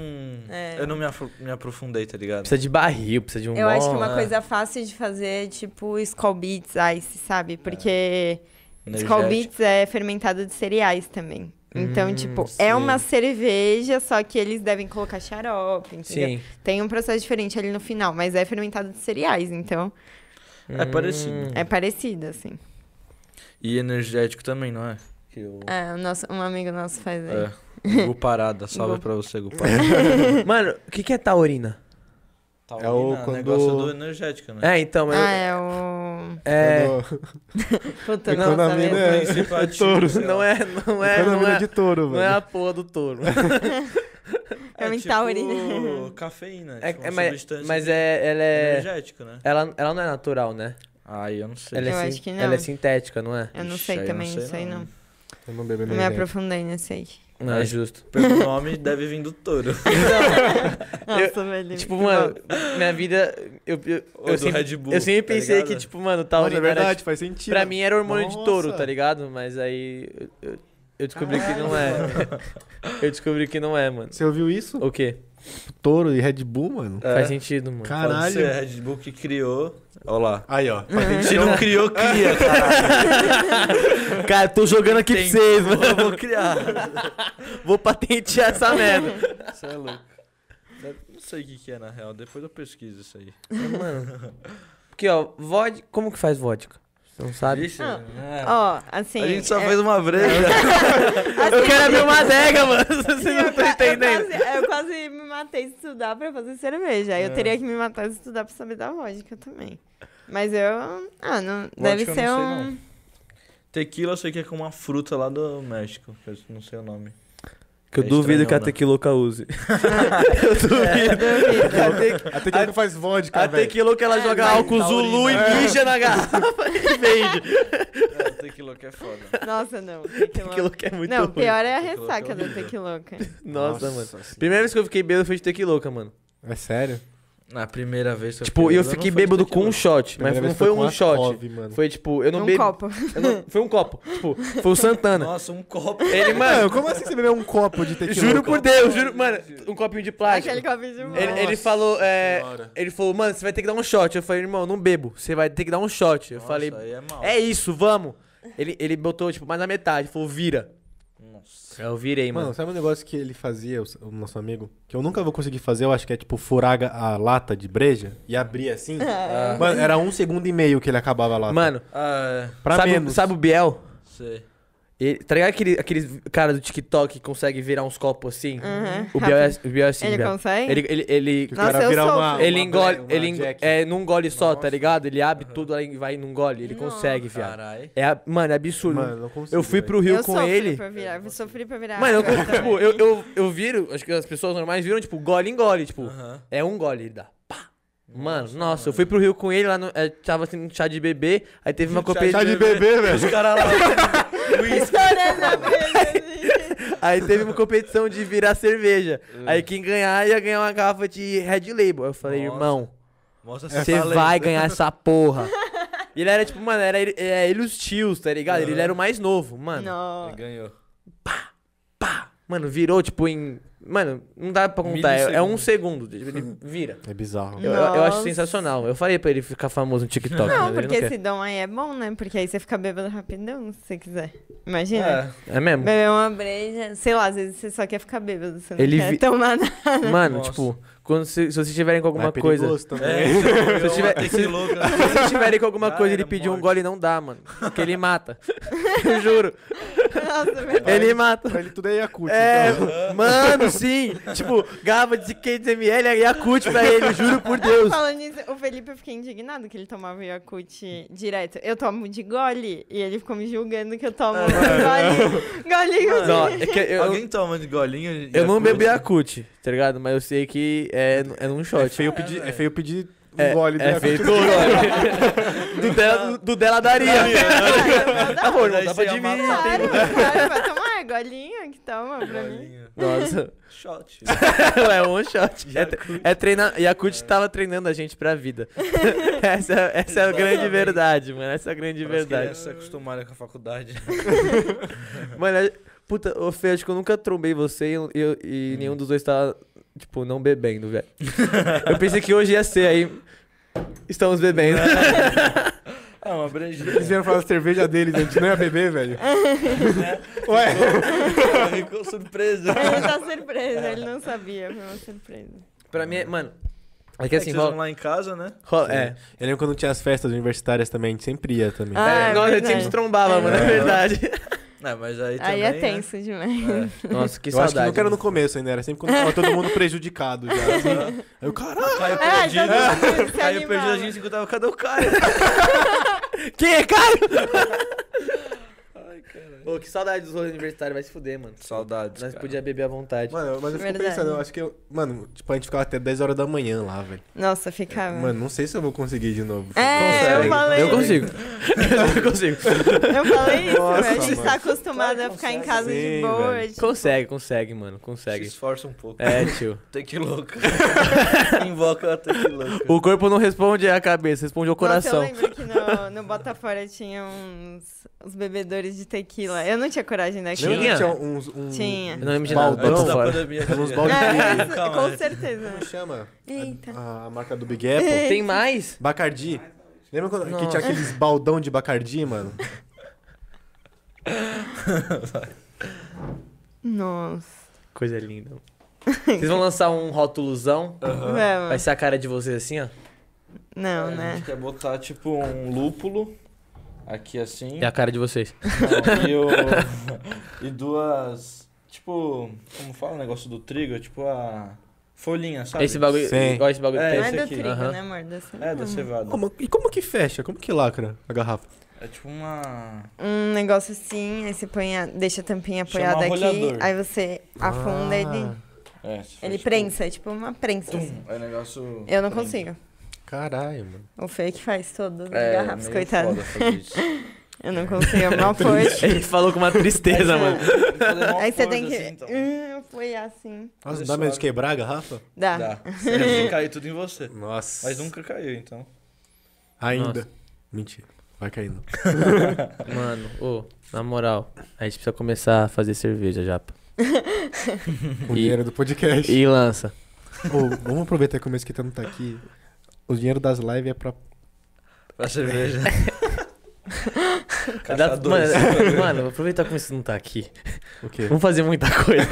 me aprofundei, tá ligado? Precisa de barril, precisa de um Eu acho que mó- uma coisa fácil de fazer é tipo Skol Beats Ice, sabe? Porque Energético. Skol Beats é fermentado de cereais também. Então, tipo, sim. é uma cerveja, só que eles devem colocar xarope, entendeu? Sim. Tem um processo diferente ali no final, mas é fermentado de cereais, então É parecido. é parecido, assim. E energético também, não é? Que eu... É, um amigo nosso faz aí. É. Gu Parada, salve pra você, Gu Parada. Mano, o que é taurina? Taurina, É o quando- negócio do energético, né? É, então, mas... Ah, é o... É... Puta, É não, quando a tá mina vendo? é Princípio ativo, touro. sei lá. Não é, Economia de touro, não é velho. a porra do touro. É uma taurina. Cafeína, É, tipo, uma mas substância mas ela é... energético, né? Ela não é natural, né? Aí eu não sei. Ela é Eu sin- acho que não. Ela é sintética, não é? Eu não Ixi, sei aí eu também, não não sei sei não. não. Eu não bebo Não me energético. aprofundei nesse aí. Não, é justo. Pelo nome, deve vir do touro. Nossa, velho. Tipo, que mano, bom. minha vida... Ou do Red Bull, eu sempre tá pensei ligado? que, tipo, mano, Mas taurina é verdade, era, tipo, faz sentido. pra mim era hormônio de touro, Nossa. tá ligado? Mas aí eu descobri que não é. Eu descobri que não é, mano. Você ouviu isso? O quê? Touro e Red Bull, mano. É. Faz sentido, mano. Pode Caralho. ser a Red Bull que criou. Olha lá. Aí, ó. Se não criou, cria, caralho. Cara, tô jogando aqui pra Tem vocês, mano. Eu vou criar. Vou patentear essa merda. Você é louco. Não sei o que é, na real. Depois eu pesquiso isso aí. Mano. Porque, ó, vodka. Como que faz vodka? Você não sabe? Vixe, Ah. é. Ó, assim... A gente só é- fez uma breja. assim, Eu quero abrir uma adega, mano. Você não tá entendendo. Eu quase me matei de estudar pra fazer cerveja. Aí eu teria que me matar de estudar pra saber da vodka também. Mas eu... Ah, não... Deve eu ser não sei, um... não. Tequila eu sei que é com uma fruta lá do México. Que eu não sei o nome. Que eu É duvido estranhão, que a né? Tequiloca use. Eu duvido. Até que nunca faz vodka, A velho. Tequiloca, ela joga mas álcool taurina. Zulu e mija na garrafa e vende. É, tequila que é foda. Nossa, não. Tequiloca. Tequiloca é muito Não, ruim. pior é a Tequiloca ressaca é da horrível. tequiloca. Nossa, mano. Senhora. Primeira vez que eu fiquei bêbado foi de Tequiloca, mano. É sério? Na primeira vez que Tipo, eu não fiquei foi de bêbado com tequila. um shot, mas Primeira não vez foi com um a shot. Cove, mano. Foi tipo, eu não Um bebi. copo. Foi um copo. Tipo, foi o Santana. Nossa, um copo. Ele, Mano, mano, como assim você bebeu um copo de tequila? juro por Deus, juro, mano, um copinho de plástico. Aquele copinho de Ele Nossa falou, senhora. ele falou, mano, você vai ter que dar um shot. Eu falei, irmão, não bebo, você vai ter que dar um shot. Eu Nossa, falei, aí é mal. é isso, vamos. Ele botou, tipo, mais na metade, falou, vira. Nossa. Eu virei, Mano, mano. sabe um negócio que ele fazia, o nosso amigo? Que eu nunca vou conseguir fazer, eu acho que é tipo furar a lata de breja e abrir assim. Mano, era 1,5 segundo que ele acabava a lata. Mano, Ah, pra menos. sabe o Biel? sei. Tá ligado aqueles cara do TikTok que consegue virar uns copos assim? Uhum, O Biel é assim, Ele velho. consegue? Ele Que o Nossa, cara eu vira sou. uma, ele uma engole, bre- uma ele Jack. não engole só, tá Nossa. ligado? Ele abre tudo e vai e não engole. Ele Nossa. consegue, viado. Caralho. Mano, é absurdo. Mano, não consigo, eu fui velho. pro Rio Eu com sofri ele. pra virar, eu sofri pra virar. Mano, água tipo, também. eu viro, acho que as pessoas normais viram, tipo, gole em gole, tipo, Aham. é um gole, ele dá. Pá. Mano, nossa, eu fui pro Rio com ele, lá tava assim, chá de bebê, aí teve uma Chá competição. de bebê, velho. Os caras lá. Estourando a breja, Aí teve uma competição de virar cerveja. Aí quem ganhar ia ganhar uma garrafa de Red Label. Eu falei, Nossa. irmão, Mostra você essa vai lenda. ganhar essa porra. E ele era tipo, mano, era ele e os tios, tá ligado? Ele era o mais novo, mano. Não. Ele ganhou. Pá! Mano, virou tipo em. Mano, não dá pra contar. É um segundo. Ele vira. É bizarro. Eu acho Nossa. sensacional. Eu falei pra ele ficar famoso no TikTok. Não, mas ele porque quer. esse dom aí é bom, né? Porque aí você fica bêbado rapidão, se você quiser. Imagina. É. É mesmo? Beber uma breja, sei lá, às vezes você só quer ficar bêbado, você não Ele quer vi- tomar nada. Mano, Nossa. tipo, se vocês tiverem com alguma Mas é coisa. perigoso também. É, Se eu tiver- tem que louco. Se vocês tiverem com alguma Já coisa e ele era pedir um morte. gole, não dá, mano. Porque ele mata. Eu juro. Nossa, verdade. Ele mata. Pra ele tudo é Yakult. É, então. mano, sim. Tipo, garrafa de 500ml é Yakult pra ele, juro por Deus. Falando nisso, o Felipe, eu fiquei indignado que ele tomava Yakult direto. Eu tomo de gole e ele ficou me julgando que eu tomo golinho. Não, é que eu Alguém toma de golinho? não Yakult? bebo Yakult, tá ligado? Mas eu sei que é num shot. É feio pedir um gole. É feito um gole. do dela daria. Tá bom, não dá pra dividir. Claro, vai tomar golinho que toma pra mim. Nossa. Shot. É um shot. É treinar. Yakult tava treinando a gente pra vida. Essa é a grande verdade, mano. Essa é a grande verdade. Se acostumaram com a faculdade. Mano, puta, ô Fê, acho que eu nunca trombei você e nenhum dos dois tava, tipo, não bebendo, velho. Eu pensei que hoje ia ser aí. Estamos bebendo. Ah, uma brejinha. Eles vieram falar da cerveja deles, a gente não ia beber, velho. Ué? Ficou surpreso. Ele tá surpreso, ele não sabia, foi uma surpresa. Pra mim, mano. É que assim, vocês vão lá em casa, né? É. Eu lembro quando tinha as festas universitárias também, a gente sempre ia também. Ah, é Nossa, a gente verdade. sempre trombava, mano, é verdade. Não, mas aí também, Aí é né? tenso demais. Nossa, que Eu acho que saudade. nunca era no começo ainda, era sempre quando tava todo mundo prejudicado já. Assim. Aí o caralho. Caio É, perdido. todo mundo se Caio perdido, a animava. gente se encontrava. Cadê o Caio? Quem é Caio? Ô, que saudade dos rolês universitários, vai se fuder, mano. Saudades, Nós cara. podíamos beber à vontade. Mano, mas eu fico Verdade. pensando, eu acho que eu. Mano, tipo, a gente ficava até 10 horas da manhã lá, velho. Nossa, ficava. Mano, não sei se eu vou conseguir de novo. É, eu falei. Eu consigo. Eu consigo. Eu falei isso, Nossa, velho. A gente mano. tá acostumado a ficar em casa de Sim, boa. velho. tipo, Consegue, mano. Se Consegue. esforça um pouco. É, tio. Tem que louca. Invoca a tem que louca. O corpo não responde a cabeça, responde ao coração. Nossa, eu lembro que no Botafora tinha uns bebedores de tequila. Eu não tinha coragem daquilo. Tinha? Tinha uns. Tinha. Eu não lembro de nada. Baldão. Bota Antes da fora. pandemia. Uns balde É, de. Calma, com né? certeza. Como chama? Eita. A marca do Big Apple. Tem mais? Bacardi. Lembra quando que Nossa. tinha aqueles baldão de Bacardi, mano? Nossa. Coisa linda. Vocês vão lançar um rótulozão? Vai Vamos. ser a cara de vocês assim, ó? Não, A né? gente quer botar tipo um lúpulo aqui assim. É a cara de vocês. Não, e duas. Tipo. Como fala o negócio do trigo? Tipo a. Folhinha, sabe? Esse bagulho, Sim. igual esse bagulho É, tem. Não é esse do aqui. trigo, Aham. né, amor? Da É, da cevada. E como que fecha? Como que lacra a garrafa? É tipo uma. Um negócio assim, aí você põe deixa a tampinha Chama apoiada aqui, rolhador. aí você afunda ele. É, se Ele faz, prensa, é tipo uma prensa. Tum, assim. é negócio. Eu não prende. consigo. Caralho, mano. O Fê que faz todas as É, garrafas, meio coitado. foda fazer isso. Eu não consigo, mal forte. Ele falou com uma tristeza, mano. Aí você tem que Assim, então. apoiar assim. Nossa, Fazer dá medo de suave. quebrar a garrafa? Dá. Dá. Vai cair tudo em você. Nossa. Mas nunca caiu, então. Ainda. Nossa. Mentira. Vai caindo. Mano, ô, na moral, a gente precisa começar a fazer cerveja, japa. Com o E- dinheiro do podcast. E lança. Ô, vamos aproveitar que o Mesquita não tá aqui. O dinheiro das lives é pra. Pra cerveja. Dá- Caçadores. mano, vou aproveitar que isso não tá aqui. O quê? Vamos fazer muita coisa.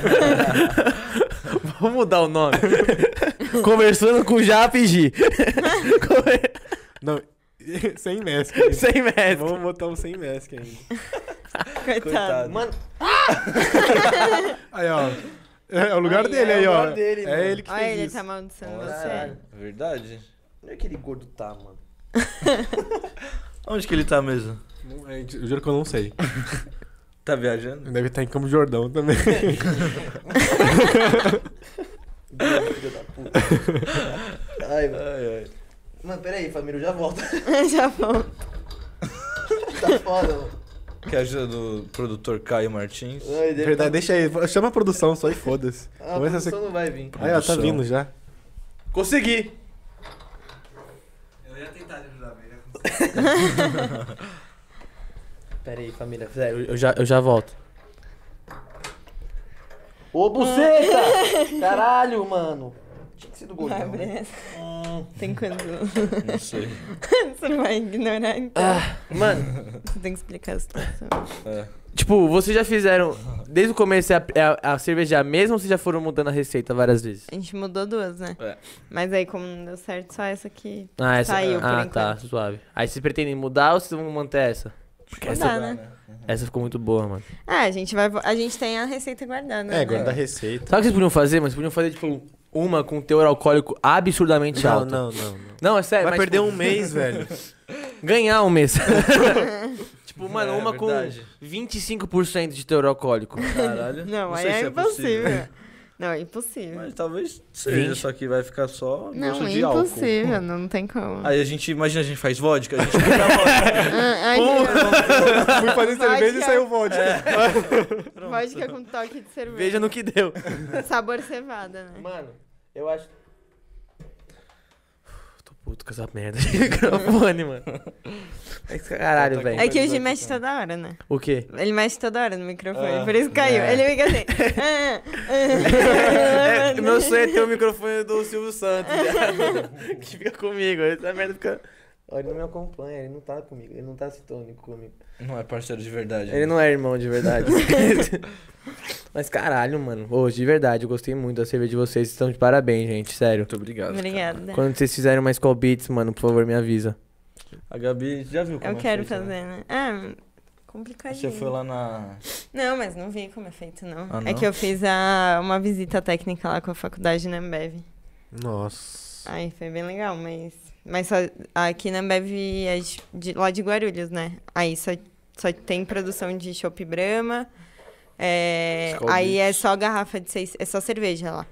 Vamos mudar o nome. Conversando com o Japa e Gi. Não, sem mask. ainda. Sem mestre. Vamos botar um sem mask ainda. Coitado. Mano, Aí, ó. É o lugar Aí, dele é aí, o ó. lugar dele, mano. É ele que Olha, fez ele isso. tá amaldiçoando Nossa, você. verdade? onde é que aquele gordo tá, mano? Onde que ele tá mesmo? Não, eu juro que eu não sei. Tá viajando? Deve estar em Campo Jordão também. Filho da puta. Ai, mano. Ai, ai. Mano, peraí, família, eu já volto. Já volto. Tá foda, mano. Que ajuda do produtor Caio Martins. Ai, deve Verdade, tá- deixa aí. Chama a produção só e foda-se. Ah, a Começa a ser. produção não vai vir. Aí, ó, tá Produção. vindo já. Consegui! Eu ia tentar te ajudar, mas ia conseguir. Pera aí, família. Sério, eu já volto. Ô, buceta! Caralho, mano. Tinha que ser do gordão. Abre né? essa. Tem quanto? Não sei. Você não vai ignorar, então. Ah, mano, Você tem que explicar a situação. É. tipo, vocês já fizeram... Desde o começo a cerveja é a mesma ou vocês já foram mudando a receita várias vezes? A gente mudou duas, né? É. Mas aí, como não deu certo, só essa aqui. Ah, essa... Saiu, por tá, enquanto. suave. Aí vocês pretendem mudar ou vocês vão manter essa? Porque Não essa, dá, né? essa ficou muito boa, mano. Ah, a gente tem a receita guardada. É, né? guarda a receita. Sabe o que vocês podiam fazer, mano? Vocês podiam fazer, tipo, uma com teor alcoólico absurdamente Não, alto. não, não. Não, é sério. Vai mas, perder tipo, um mês, velho. Ganhar um mês. Tipo, mano, É, uma verdade. com 25% de teor alcoólico. Caralho. Não, aí sei é se impossível. Não, é impossível. Mas talvez seja, 20. só que vai ficar só Não, gosto é de álcool. impossível, não tem como. Aí a gente, imagina, a gente faz vodka, a gente fica vodka. Ai, Fui fazer cerveja e Vodka. saiu vodka. vodka com toque de cerveja. Veja no que deu. Sabor cevada, né? Mano, eu acho... Tô puto com essa merda de microfone, mano. É que caralho, velho. É que o Gi mexe toda hora, né? O quê? Ele mexe toda hora no microfone, por isso caiu. Ele fica assim. Meu sonho é ter o microfone do Silvio Santos, viado, que fica comigo. Essa merda fica... Ó, ele não me acompanha, ele não tá comigo, ele não tá sintônico comigo. Não é parceiro de verdade. Ele não é irmão de verdade. Mas caralho, mano. Hoje, de verdade, eu gostei muito da cerveja de vocês. Estão de parabéns, gente, sério. Muito obrigado. Obrigada. Quando vocês fizerem uma Skol Beats, mano, por favor, me avisa. A Gabi, já viu como Eu é quero feito, fazer, né? né? Ah, complicadinho. Você foi lá na... Não, mas não vi como é feito, não. Ah, É não? que eu fiz uma visita técnica lá com a faculdade na Ambev. Nossa. Aí foi bem legal, mas só, aqui na Ambev é lá de Guarulhos, né? Aí só tem produção de chopp Brahma. Skol Aí é Beats. só garrafa de é só cerveja lá.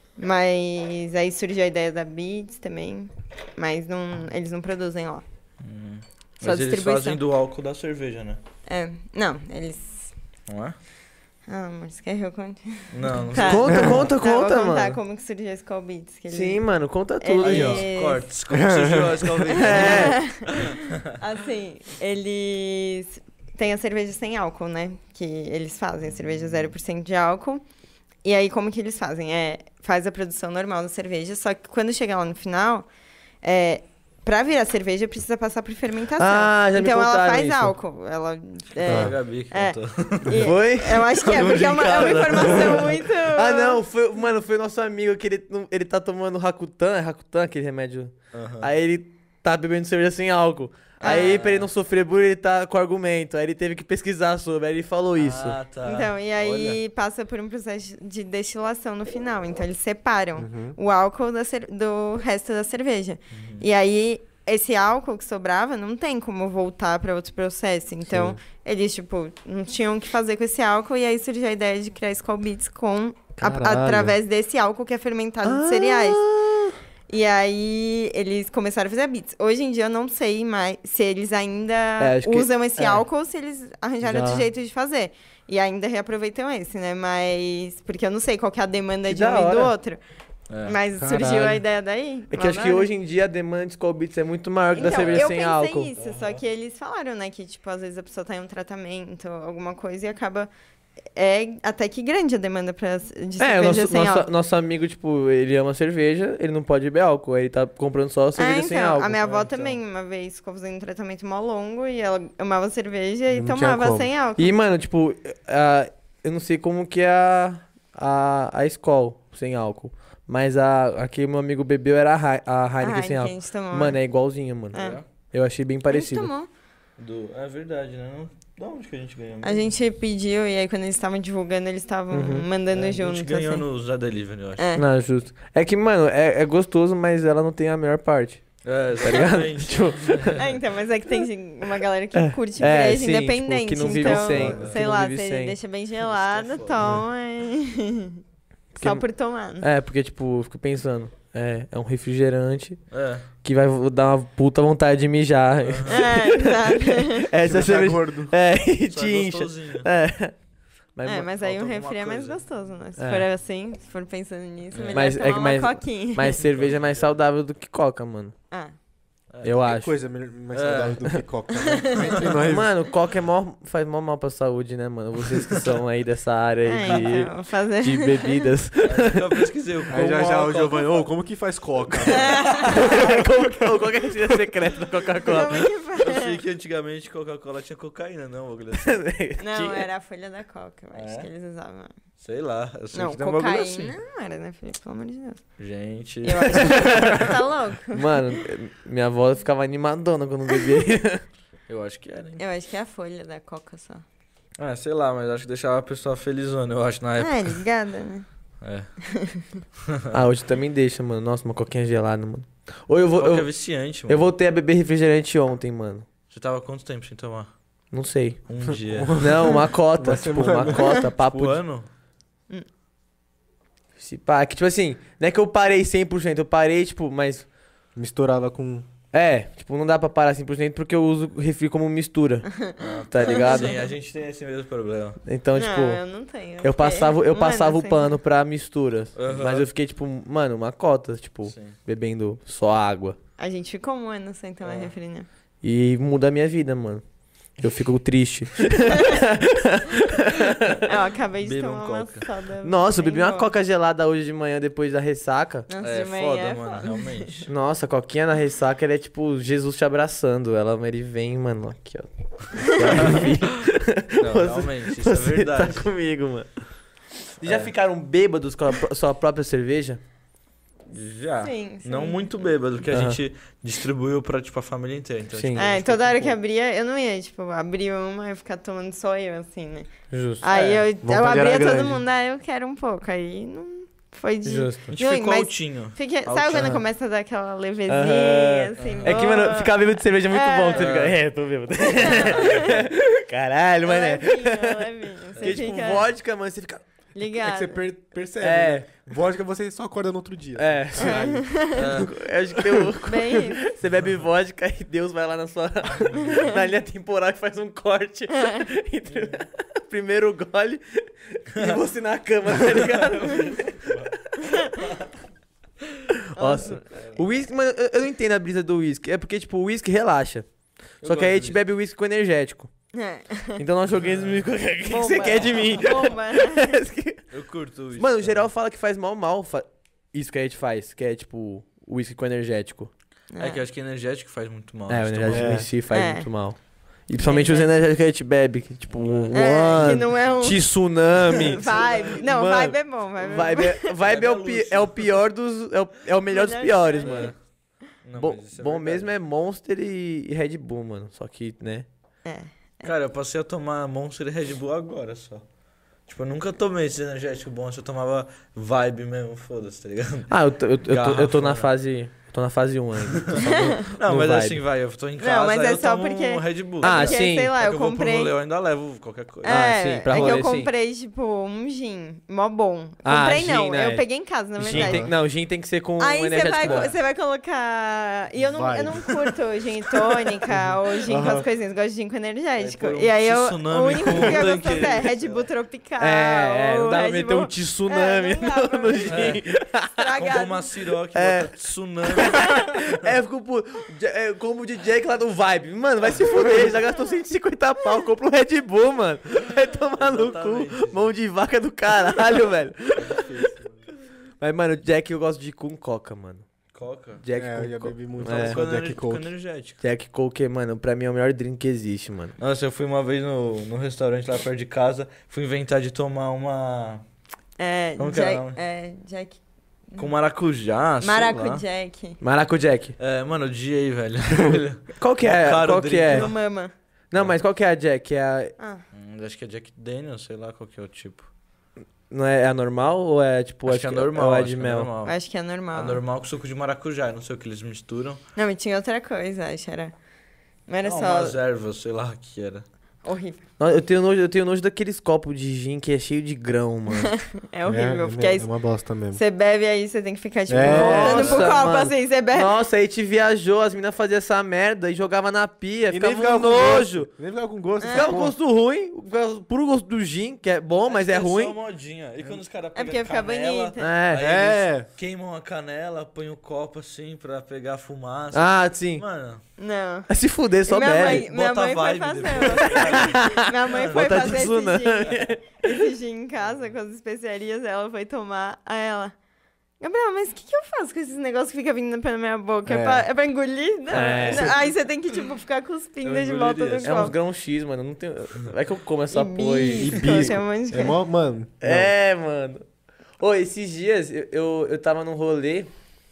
Mas aí surgiu a ideia da Beats também. Mas eles não produzem lá. Só Mas eles distribuição. fazem do álcool da cerveja, né? Não, eles... Não é? Ah, amor, você quer que eu conte? Não, não Tá. sei. Conta, Tá, vou contar mano. como que surgiu a Skol Beats. Que Sim, mano, conta tudo aí, ó. Eles- Cortes. Como surgiu a Skol Beats? Assim, eles têm a cerveja sem álcool, né? Que eles fazem, a cerveja 0% de álcool. E aí, como que eles fazem? Faz a produção normal da cerveja, só que quando chega lá no final, pra virar cerveja, precisa passar por fermentação. Ah, já me então ela contaram faz isso. álcool. Ela, Foi a Gabi que contou. e- Foi? Eu acho que é, porque é uma informação muito... Ah, não, foi nosso amigo que ele tá tomando Rakutan, é Rakutan, aquele remédio. Aham. Aí ele tá bebendo cerveja sem álcool. Aí, pra ele não sofrer bullying, ele tá com argumento. Aí ele teve que pesquisar sobre, aí ele falou isso. Ah, tá. Então, e aí passa por um processo de destilação no final. Então, eles separam o álcool do resto da cerveja. E aí, esse álcool que sobrava não tem como voltar para outro processo. Então, eles, tipo, não tinham o que fazer com esse álcool. E aí surgiu a ideia de criar Skol Beats Caralho. através desse álcool que é fermentado de cereais. E aí, eles começaram a fazer a Beats. Hoje em dia, eu não sei mais se eles ainda acho que- usam esse álcool ou se eles arranjaram Já. outro jeito de fazer. E ainda reaproveitam esse, né? Mas... Porque eu não sei qual que é a demanda Que de um da e do hora. outro. É. Mas surgiu Caralho. a ideia daí. É que acho que hoje em dia a demanda de Skol Beats é muito maior que da Então, cerveja eu sem pensei álcool. isso, só que eles falaram, né? Que, tipo, às vezes a pessoa tá em um tratamento, alguma coisa, e acaba... É até que grande a demanda de O cerveja sem álcool. nosso amigo, tipo, ele ama cerveja, ele não pode beber álcool, aí ele tá comprando só cerveja sem álcool. A minha avó então. também, uma vez, ficou fazendo um tratamento mó longo, e ela amava cerveja e Não tinha tomava como. sem álcool. E, mano, tipo, eu não sei como que é a Skol sem álcool, mas a que meu amigo bebeu era a Heineken sem que a álcool. gente tomou. Mano, é igualzinha, mano. É. Eu achei bem A gente parecido. tomou. É verdade, né? Da onde que a gente ganhou? A gente pediu, e aí quando eles estavam divulgando, eles estavam mandando A junto. gente ganhou assim. no Zé Delivery, eu acho. É. Não, justo. É que, mano, é gostoso, mas ela não tem a melhor parte. É, Tá ligado? exatamente. Tipo, Então, mas é que tem uma galera que curte É, breja sim, independente. tipo, que não vive então, sem, que sei não lá, vive você sem. deixa bem gelado, Isso que é toma e... Só por tomar. né? porque, tipo, eu fico pensando, é um refrigerante É. que vai dar uma puta vontade de mijar. É, exato. Essa Você tá cerveja... gordo. E Só te é incha. gostosinho. Mas aí falta um refri é alguma mais coisa. gostoso, né? Se É. for assim, se for pensando nisso, melhor Mas tomar é que uma mais- coquinha. Mas cerveja é mais saudável do que coca, mano. Ah, Eu Qualquer acho. coisa mais saudável do que coca, né? Entre nós. Mano, coca faz mó mal pra saúde, né, mano? Vocês que são aí dessa área aí então, vou fazer... de bebidas. Eu pesquisei o Aí já o Giovanni, como que faz coca? Qual que é a receita secreta da Coca-Cola? Como que faz? Eu sei que antigamente Coca-Cola tinha cocaína, não, bagulho assim. Não, era a folha da coca, eu acho É? que eles usavam. Sei lá, eu sei Não, que tem um bagulho cocaína assim. não era, né, Felipe? Pelo amor de Deus. Gente. Eu acho que tá louco. Mano, minha avó ficava animadona quando bebia. Eu acho que era, hein? Eu acho que é a folha da coca só. Ah, sei lá, mas acho que deixava a pessoa felizona, eu acho, na época. É, ligada, né? É. Hoje também deixa, mano. Nossa, uma coquinha gelada, mano. Ou Coca é viciante, mano. eu voltei a beber refrigerante ontem, mano. Você tava quanto tempo sem tomar? Não sei. Um dia. Não, uma cota. Uma tipo, semana. uma cota, papo Tipo, de... ano? Se pá, que tipo assim, não é que eu parei 100%, eu parei, tipo, mas... Misturava com... Tipo, não dá pra parar 100% porque eu uso refri como mistura, tá ligado? Sim, a gente tem esse mesmo problema. Então, não, tipo, eu não tenho. eu passava o assim. pano pra misturas, Aham. mas eu fiquei, tipo, mano, uma cota, tipo, Sim. bebendo só água. A gente ficou um ano sem tomar refri, né? E muda a minha vida, mano. Eu fico triste. Eu acabei de Bebam tomar uma Coca. soda. Nossa, eu bem bebi uma boa. coca gelada hoje de manhã depois da ressaca. Nossa, É de manhã foda, é mano, foda. realmente. Nossa, a coquinha na ressaca, ele é tipo Jesus te abraçando. Ele vem, mano, aqui, ó. Não, Você- realmente, isso é Você verdade. tá comigo, mano. Vocês já É. ficaram bêbados com a sua própria cerveja? Já. Sim, sim. Não muito bêbado, porque a Aham. gente distribuiu pra, tipo, a família inteira. Então, Sim. tipo, a É, gente toda hora ficou que com abria, eu não ia, tipo, abrir uma e ficar tomando só eu, assim, né? Justo. Aí eu vontade abria era todo grande. mundo, eu quero um pouco. Aí não foi de... Justo. A gente Não, ficou mas- altinho. Sabe Altinho. quando começa a dar aquela levezinha, Aham. assim? É que, mano, ficar bêbado de cerveja é muito É. bom. Você fica, tô bêbado. Caralho, mané. Levinho. Você Porque, tipo, fica vodka, mano, você fica... É ligado. que você percebe, É. né? Vodka você só acorda no outro dia. É. Caralho. Eu acho que tem o... Bem isso. Você bebe vodka e Deus vai lá na sua... na linha temporal e faz um corte entre o primeiro gole e você na cama, tá ligado? Nossa. O whisky, mano, eu não entendo a brisa do whisky. É porque, tipo, o whisky relaxa. Só que aí a gente bebe whisky com energético. É. Então nós joguemos o que você Bomba. quer de mim? Bomba. Eu curto isso. Mano, o geral fala que faz mal. Isso que a gente faz, que é tipo o whisky com energético. É que eu acho que energético faz muito mal. É, o Você energético toma- em si faz É. muito mal. E principalmente os energéticos que a gente bebe, que, tipo, É, que One, não é um... Tsunami. Vibe. Não, Mano, vibe é bom. Vibe é o pior dos. É o melhor dos Melhor piores, dos mano. Não, Bom, mas isso é bom verdade. mesmo é Monster e Red Bull, mano. Só que, né? Cara, eu passei a tomar Monster e Red Bull agora só. Tipo, eu nunca tomei esse energético bom, eu só tomava vibe mesmo, foda-se, tá ligado? Ah, eu tô na Garrafona. fase. Tô na fase 1 ainda. Tô só Não, no mas vibe. assim, vai, eu tô em Não, casa, mas aí é eu só tomo porque- um Red Bull. Ah, Porque, sim. sei lá, É eu que eu vou pro comprei... rolê, eu ainda levo qualquer coisa. Ah, sim, pra é que rolê, eu sim. comprei, tipo, um gin, mó bom. Ah, Comprei gin, não, né? eu peguei em casa, na Gin verdade. gin tem que ser com Aí um energético bom. você vai colocar... E eu não Vai. curto gin tônica ou gin com as coisinhas, gosto de gin com energético. Aí põe um E aí o tsunami único com que eu um gosto tanque. é Red Bull Tropical. Não ou dá pra Red meter Bull um tsunami não dá pra no meter. gin. Compra estragado. uma Ciroc, É. bota tsunami. Ficou como o DJ lá do Vibe. Mano, vai se fuder, já gastou 150 pau, compra um Red Bull, mano. Vai tomar no cu. Exatamente. Mão de vaca do caralho, velho. Mas, mano, Jack eu gosto de com coca, mano. Coca. Jack É, eu já com coca. bebi muito É. só Jack Com Coke. energético. Jack Coke, mano, pra mim é o melhor drink que existe, mano. Nossa, eu fui uma vez no restaurante lá perto de casa, fui inventar de tomar uma É, Como que é o Jack, nome? Jack... com maracujá, sei lá. Maracujack. Maracu Jack. É, mano, odiei, velho. Qual que é? Caro Qual o que drink, é? No Mama. Não, mas qual que é a Jack? É a... Ah, Acho que é Jack Daniels, sei lá qual que é o tipo. Não é a normal ou é tipo... Acho que é normal. Ou é acho de que é mel? normal. acho que é normal. É normal com suco de maracujá, eu não sei o que eles misturam. Não, e tinha outra coisa, acho. Não era Não, só umas ervas, sei lá o que era. horrível. Nossa, eu tenho nojo daqueles copos de gin que é cheio de grão, mano. É horrível, porque aí É uma bosta mesmo. você bebe aí, você tem que ficar, tipo, É. voltando pro Nossa, copo, mano. assim, você bebe. Nossa, aí te viajou, as minas faziam essa merda e jogava na pia, E ficava nem ficava um com nojo. gosto. Nem ficava com gosto. Ficava com Pô. gosto ruim, ficava puro gosto do gin, que é bom, mas é Só ruim. modinha. E quando os caras É pegam porque fica canela, bonita. aí É. eles queimam a canela, põem o copo assim pra pegar a fumaça. Ah, sim. Mano, Não. Vai se fuder, só bebe. Minha Bota mãe foi vibe fazer. depois. Minha mãe foi Bota fazer tsunami. esse gin em casa com as especiarias. Ela foi tomar. Aí ela. Gabriel, mas o que eu faço com esses negócios que fica vindo pela minha boca? É pra engolir? Não. É. Não. Aí você tem que, tipo, ficar cuspindo Eu de volta no engoliria. É uns copo. grãos X, mano. Não tem... Vai que eu como essa porra aí. Hibisco, tem um monte de É mó, mano. É, mano. Ô, esses dias eu tava num rolê.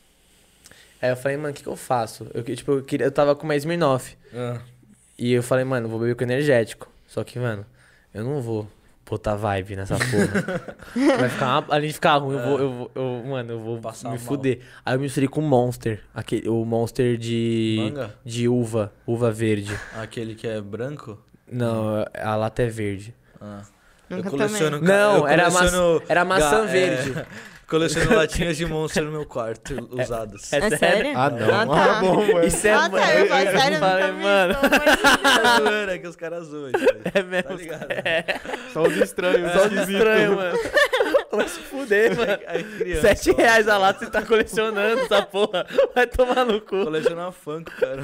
Aí eu falei, mano, o que eu faço? Eu tava com uma Smirnoff. ah, E eu falei, mano, vou beber com energético. Só que, mano, eu não vou botar vibe nessa porra. Vai ficar além de ficar ruim, eu vou Passar me mal. fuder. Aí eu misturei com Monster. O Monster de. Manga? De uva. Uva verde. aquele que é branco? Não, a lata é verde. Ah. Nunca eu coleciono Não, eu era coleciono era maçã ga- verde. Coleciono latinhas de Monster no meu quarto, usadas. É É sério? Ah, não. Ah, tá. Ah, bom, mano. Isso é, Ah, tá, eu falei, sério, eu falei, nunca vi, mano. pelo amor de Deus. Tá zoando, é que os caras zoam isso aí. É mesmo. Tá ligado? Só os estranhos. Só de estranho, mano. Vai se fuder, mano. Aí, criança, R$7 a lata você tá colecionando essa porra. Vai tomar no cu. Colecionar Funko, cara.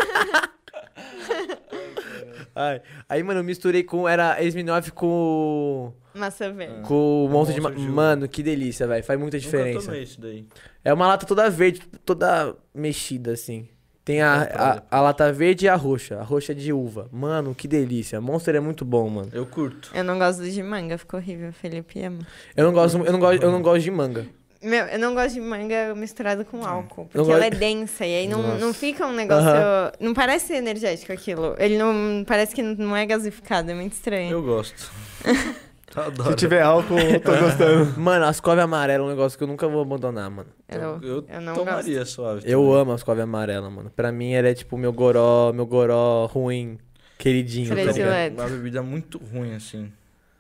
Ai. Aí, mano, eu misturei com. Era Smirnoff com. Maçã verde. Com o monstro de. Monster de uva. Mano, que delícia, velho. Faz muita Nunca diferença. tomei isso daí. É uma lata toda verde, toda mexida, assim. Tem a lata verde e a roxa. A roxa é de uva. Mano, que delícia. Monster é muito bom, mano. Eu curto. Eu não gosto de manga, ficou horrível, Felipe ama. Eu não gosto de manga. Meu, eu não gosto de manga misturada com álcool, porque Eu ela gosto- é densa e aí não Nossa. fica um negócio... Aham. Não parece energético aquilo. Ele não... Parece que não é gasificado, é muito estranho. Eu gosto. Eu adoro. Se tiver álcool, eu tô gostando. Mano, Ascov amarela é um negócio que eu nunca vou abandonar, mano. Eu não tomaria suave. Eu também. amo Ascov amarela, mano. Pra mim, ela é tipo meu goró ruim, queridinho. Tá ligado? Predileto. Uma bebida muito ruim, assim.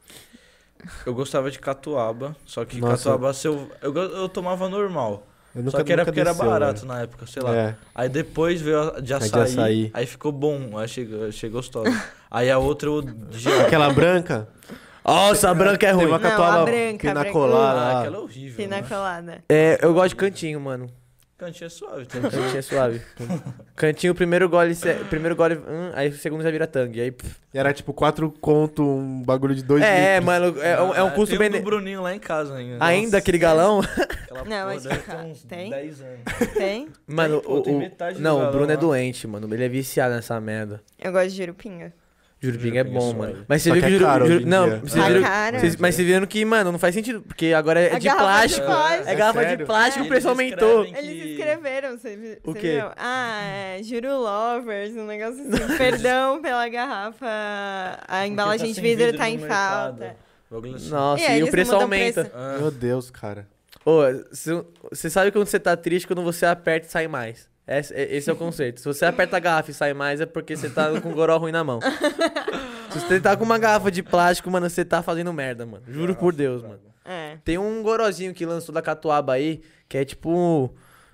Eu gostava de catuaba, só que Nossa. catuaba eu tomava normal. Eu Só que era porque era desceu, barato velho. na época, sei lá. É. Aí depois veio a de A de açaí, açaí. aí ficou bom, aí achei gostosa. Aí a outra eu de gelo. Aquela branca, Nossa, a branca é tem ruim. uma Não, a catuaba branca, a branca. pinacolada. Ah, lá. aquela é horrível. Pina Né? colada. É, eu gosto de cantinho, mano. Cantinho é suave também. Cantinho é suave. Cantinho, o primeiro gole, aí o segundo já vira tangue. Aí, pff. E era tipo 4 conto, um bagulho de 2 É, litros. mano, é um custo tem bem. do Bruninho lá em casa ainda. Ainda Nossa, aquele galão? aquela Não, porra mas deve fica- ter uns tem? 10 anos. Tem? Mano, pô, tem metade do não, o galão Bruno é lá. doente, mano. Ele é viciado nessa merda. Eu gosto de jurupinga. Jurupinga é Jurupinga bom, é mano. suave. Mas você Só viu que que é caro hoje em não, dia. vocês Tá viram, caro. mas vocês viram que, mano, não faz sentido, porque agora é A de garrafa plástico. de plástico. É garrafa de sério? plástico, o Eles preço aumentou. escrevem Eles que- escreveram, O você quê? viu? Ah, é Juro Lovers, um negócio assim. Perdão pela garrafa, a embalagem de sem vidro vidro tá no em mercado. falta. Bagulho assim. Nossa, E e, aí o eles preço mudam o aumenta. preço. Ah, Meu Deus, cara. Ô, você sabe quando você tá triste quando você aperta e sai mais. Esse é o conceito. Se você aperta a garrafa e sai mais, é porque você tá com um goró ruim na mão. Se você tá com uma garrafa de plástico, mano, você tá fazendo merda, mano. Juro por Deus, mano. É. Tem um gorozinho que lançou da Catuaba aí, que é tipo.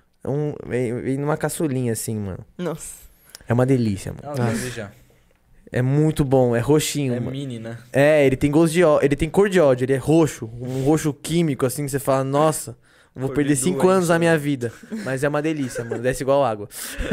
Vem numa caçulinha assim, mano. Nossa. É uma delícia, mano. Ah, deve já. É muito bom, é roxinho, É mano. mini, né? É, ele tem gosto de ódio, ele tem cor de ódio, ele é roxo, um roxo químico, assim, que você fala, nossa, vou Cor perder de 5 doença, anos da né? minha vida. Mas é uma delícia, mano, desce igual água.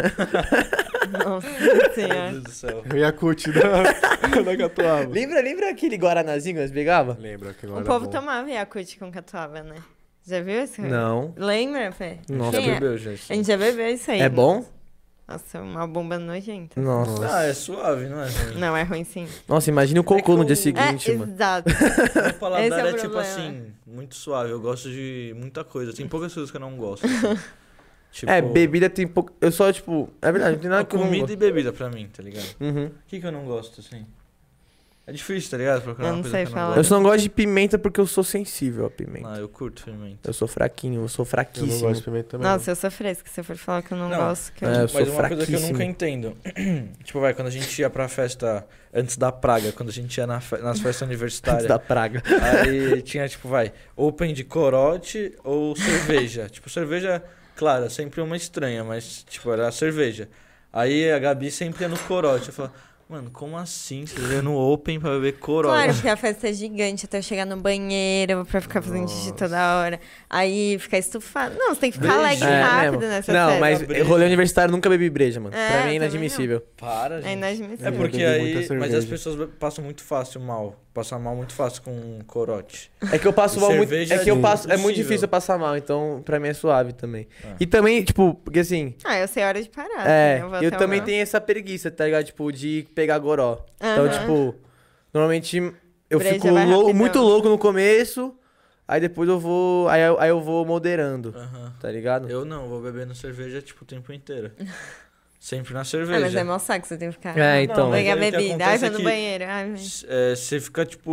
Nossa Meu senhora. Deus do céu. O Yakult da Catuaba. Lembra aquele Guaranazinho que nós pegava? Lembra que O agora povo bom. tomava Yakult com catuaba, né? Já viu isso? Não. Lembra, Fê? Nossa, Já Quem é? bebeu, gente? A gente já bebeu isso aí. É bom? Nossa, uma bomba nojenta. Nossa. Ah, é suave, não é? ruim. Não, é ruim sim. Nossa, imagina o cocô É que no dia o- seguinte, é, mano. exato. Meu paladar Esse é o é tipo problema. assim, muito suave. Eu gosto de muita coisa. Tem poucas coisas que eu não gosto. assim. Tipo, É, bebida tem pouco. Eu só, tipo. É verdade, não tem nada que eu não comida gosto. e bebida pra mim, tá ligado? Uhum. O que eu não gosto, assim? É difícil, tá ligado? Procurar Eu uma não coisa sei que eu falar. não Eu gosto. só não gosto de pimenta porque eu sou sensível a pimenta. Não, eu curto pimenta. Eu sou fraquinho, eu sou Eu não fraquíssimo. gosto de pimenta também. Nossa, eu sou fresca. Se eu for falar que eu não Não. gosto, que eu... É, eu Mas sou uma coisa que eu fraquíssimo. nunca entendo. Tipo, vai, quando a gente ia pra festa antes da praga, quando a gente ia nas festas Antes universitárias, da praga. aí tinha, tipo, vai, open de corote ou cerveja. Tipo, cerveja, claro, sempre uma estranha, mas, tipo, era a cerveja. Aí a Gabi sempre ia no corote. Eu falava, mano, como assim? Você ia no open pra beber corote? Claro, porque a festa é gigante, até eu chegar no banheiro pra ficar fazendo xixi toda hora. Aí ficar estufado. Não, você tem que ficar Breja. alegre É, rápido mesmo. nessa Não, festa. mas Breja. rolê universitário nunca bebi breja, mano. É, Pra mim é também inadmissível. Para, gente. É inadmissível. É Eu porque bebi muita aí. Mas cerveja. as pessoas passam muito fácil mal. Passam mal muito fácil com corote. É que eu passo mal muito. Cerveja É que eu é passo. É muito impossível. difícil eu passar mal, então pra mim é suave também. Ah. E também, tipo, porque assim. Ah, eu sei a hora de parar. É, assim, vou eu até o também meu. tenho essa preguiça, tá ligado? Tipo, de pegar goró. Então, Aham. tipo, normalmente eu Breja fico vai rapidão. muito louco no começo, aí depois eu vou. Aí eu vou moderando, Aham. tá ligado? Eu não, vou bebendo cerveja tipo o tempo inteiro. Sempre na Ah, cerveja. mas é mau saco, você tem que ficar... É, então. Não, mas Pegar aí o que bebida, ai, acontece vou é no que banheiro. Ai, Você fica, tipo,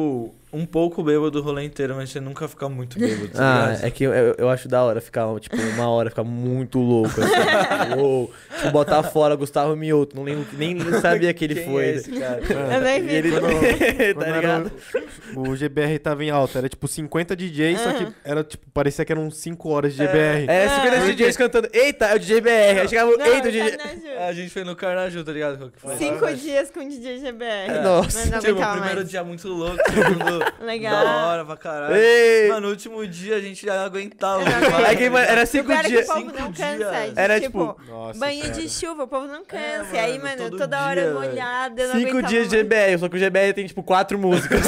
um pouco bêbado o rolê inteiro, mas você nunca fica muito bêbado, tá Ah, ligado? é que eu acho da hora ficar, tipo, uma hora, ficar muito louco, assim. Uou. Tipo, botar fora Gustavo Mioto, não lembro, nem sabia que ele Quem foi. é esse cara? Eu nem E vi. ele, tá Quando ligado? o GBR tava em alta, era tipo 50 DJs, só que era tipo, parecia que eram 5 horas de GBR. É, 50 DJs cantando, eita, é o DJ BR. Aí chegava, Não, eita, o DJ... A gente foi no Carnaju, tá ligado? Qual que foi? 5 dias com DJ GBR. Nossa. Mas não Tipo, o aguentava primeiro mais. dia muito louco, segundo Legal. da hora pra caralho. Ei. Mano, no último dia a gente já aguentava. Eu não demais, É que, mano, era O 5 pior é que o dias. povo 5 não cansa. dias. Era, tipo, Nossa, banho sério. de chuva, o povo não cansa. E É, aí, mano, mano, todo toda hora dia, molhada, eu não 5 aguentava dias de mais. GBR, só que o GBR tem, tipo, 4 músicas.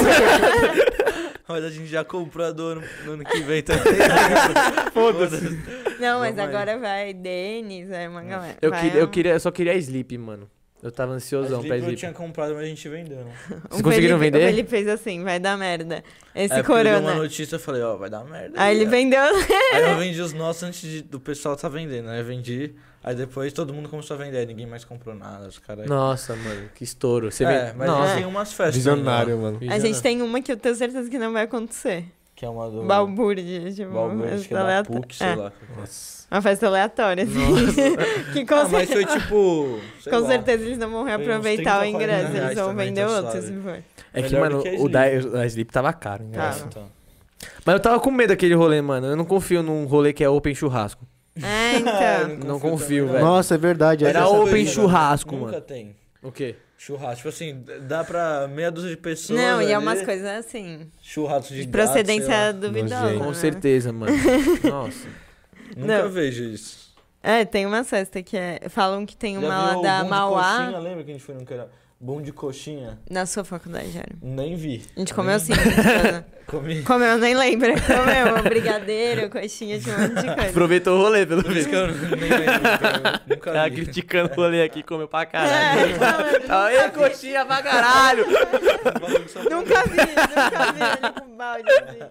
Mas a gente já comprou a do no ano que vem também. Foda-se. Não, mas Vamos aí. agora vai Denis, é uma galera. Eu só queria a Sleep, mano. Eu tava ansiosão pra Eu Sleep. tinha comprado, mas a gente vendeu, né? Vocês conseguiram vender? O Felipe fez assim, vai dar merda. Esse Aí porque ele deu uma corona. notícia, eu falei, ó, vai dar merda. Aí ele ó. vendeu. Aí eu vendi os nossos antes do pessoal tá vendendo, né? Eu vendi, aí depois todo mundo começou a vender, aí ninguém mais comprou nada, os caras... Nossa, mano, que estouro. Você É, mas a Nossa. gente tem umas festas Visionário, ainda, mano. A gente tem uma que eu tenho certeza que não vai acontecer. que é uma do... Balbúrdia, tipo, Balbúrdia, acho que é da aleatória. PUC, sei É, lá. uma festa aleatória, assim. que com, Ah, mas cer- foi tipo... sei com lá. certeza eles não vão Foi uns reaproveitar o 30, 40 ingresso, eles reais vão também, vender tá outros, suave. se for. É que, Melhor mano, do que a a Sleep tava caro, né? Tava. Então. Mas eu tava com medo daquele rolê, mano. Eu não confio num rolê que é open churrasco. É, então. Não confio, também, velho. Nossa, é verdade. Era essa open coisa- churrasco, Nunca mano. tem O quê? churrasco. Tipo assim, dá pra meia dúzia de pessoas Não, e é ali, umas coisas assim, churrasco de de gato, sei procedência lá. duvidosa. Nojento. Com né? certeza, mano. Nossa. Nunca Não. vejo isso. É, tem uma festa que é. Falam que tem Já uma viu lá o da bom de Mauá coxinha? Lembra que a gente foi num que era bom de coxinha? na sua faculdade, Jário. Nem vi. A gente comeu assim. Comi. Comeu, nem lembra. Comeu brigadeiro, coxinha, de um monte de coisa. Aproveitou o rolê, pelo Por isso visto. que eu nem lembro. Nunca Tava vi. criticando o rolê aqui, comeu pra caralho. É, falando, Aê, coxinha pra caralho. nunca vi ele com balde assim.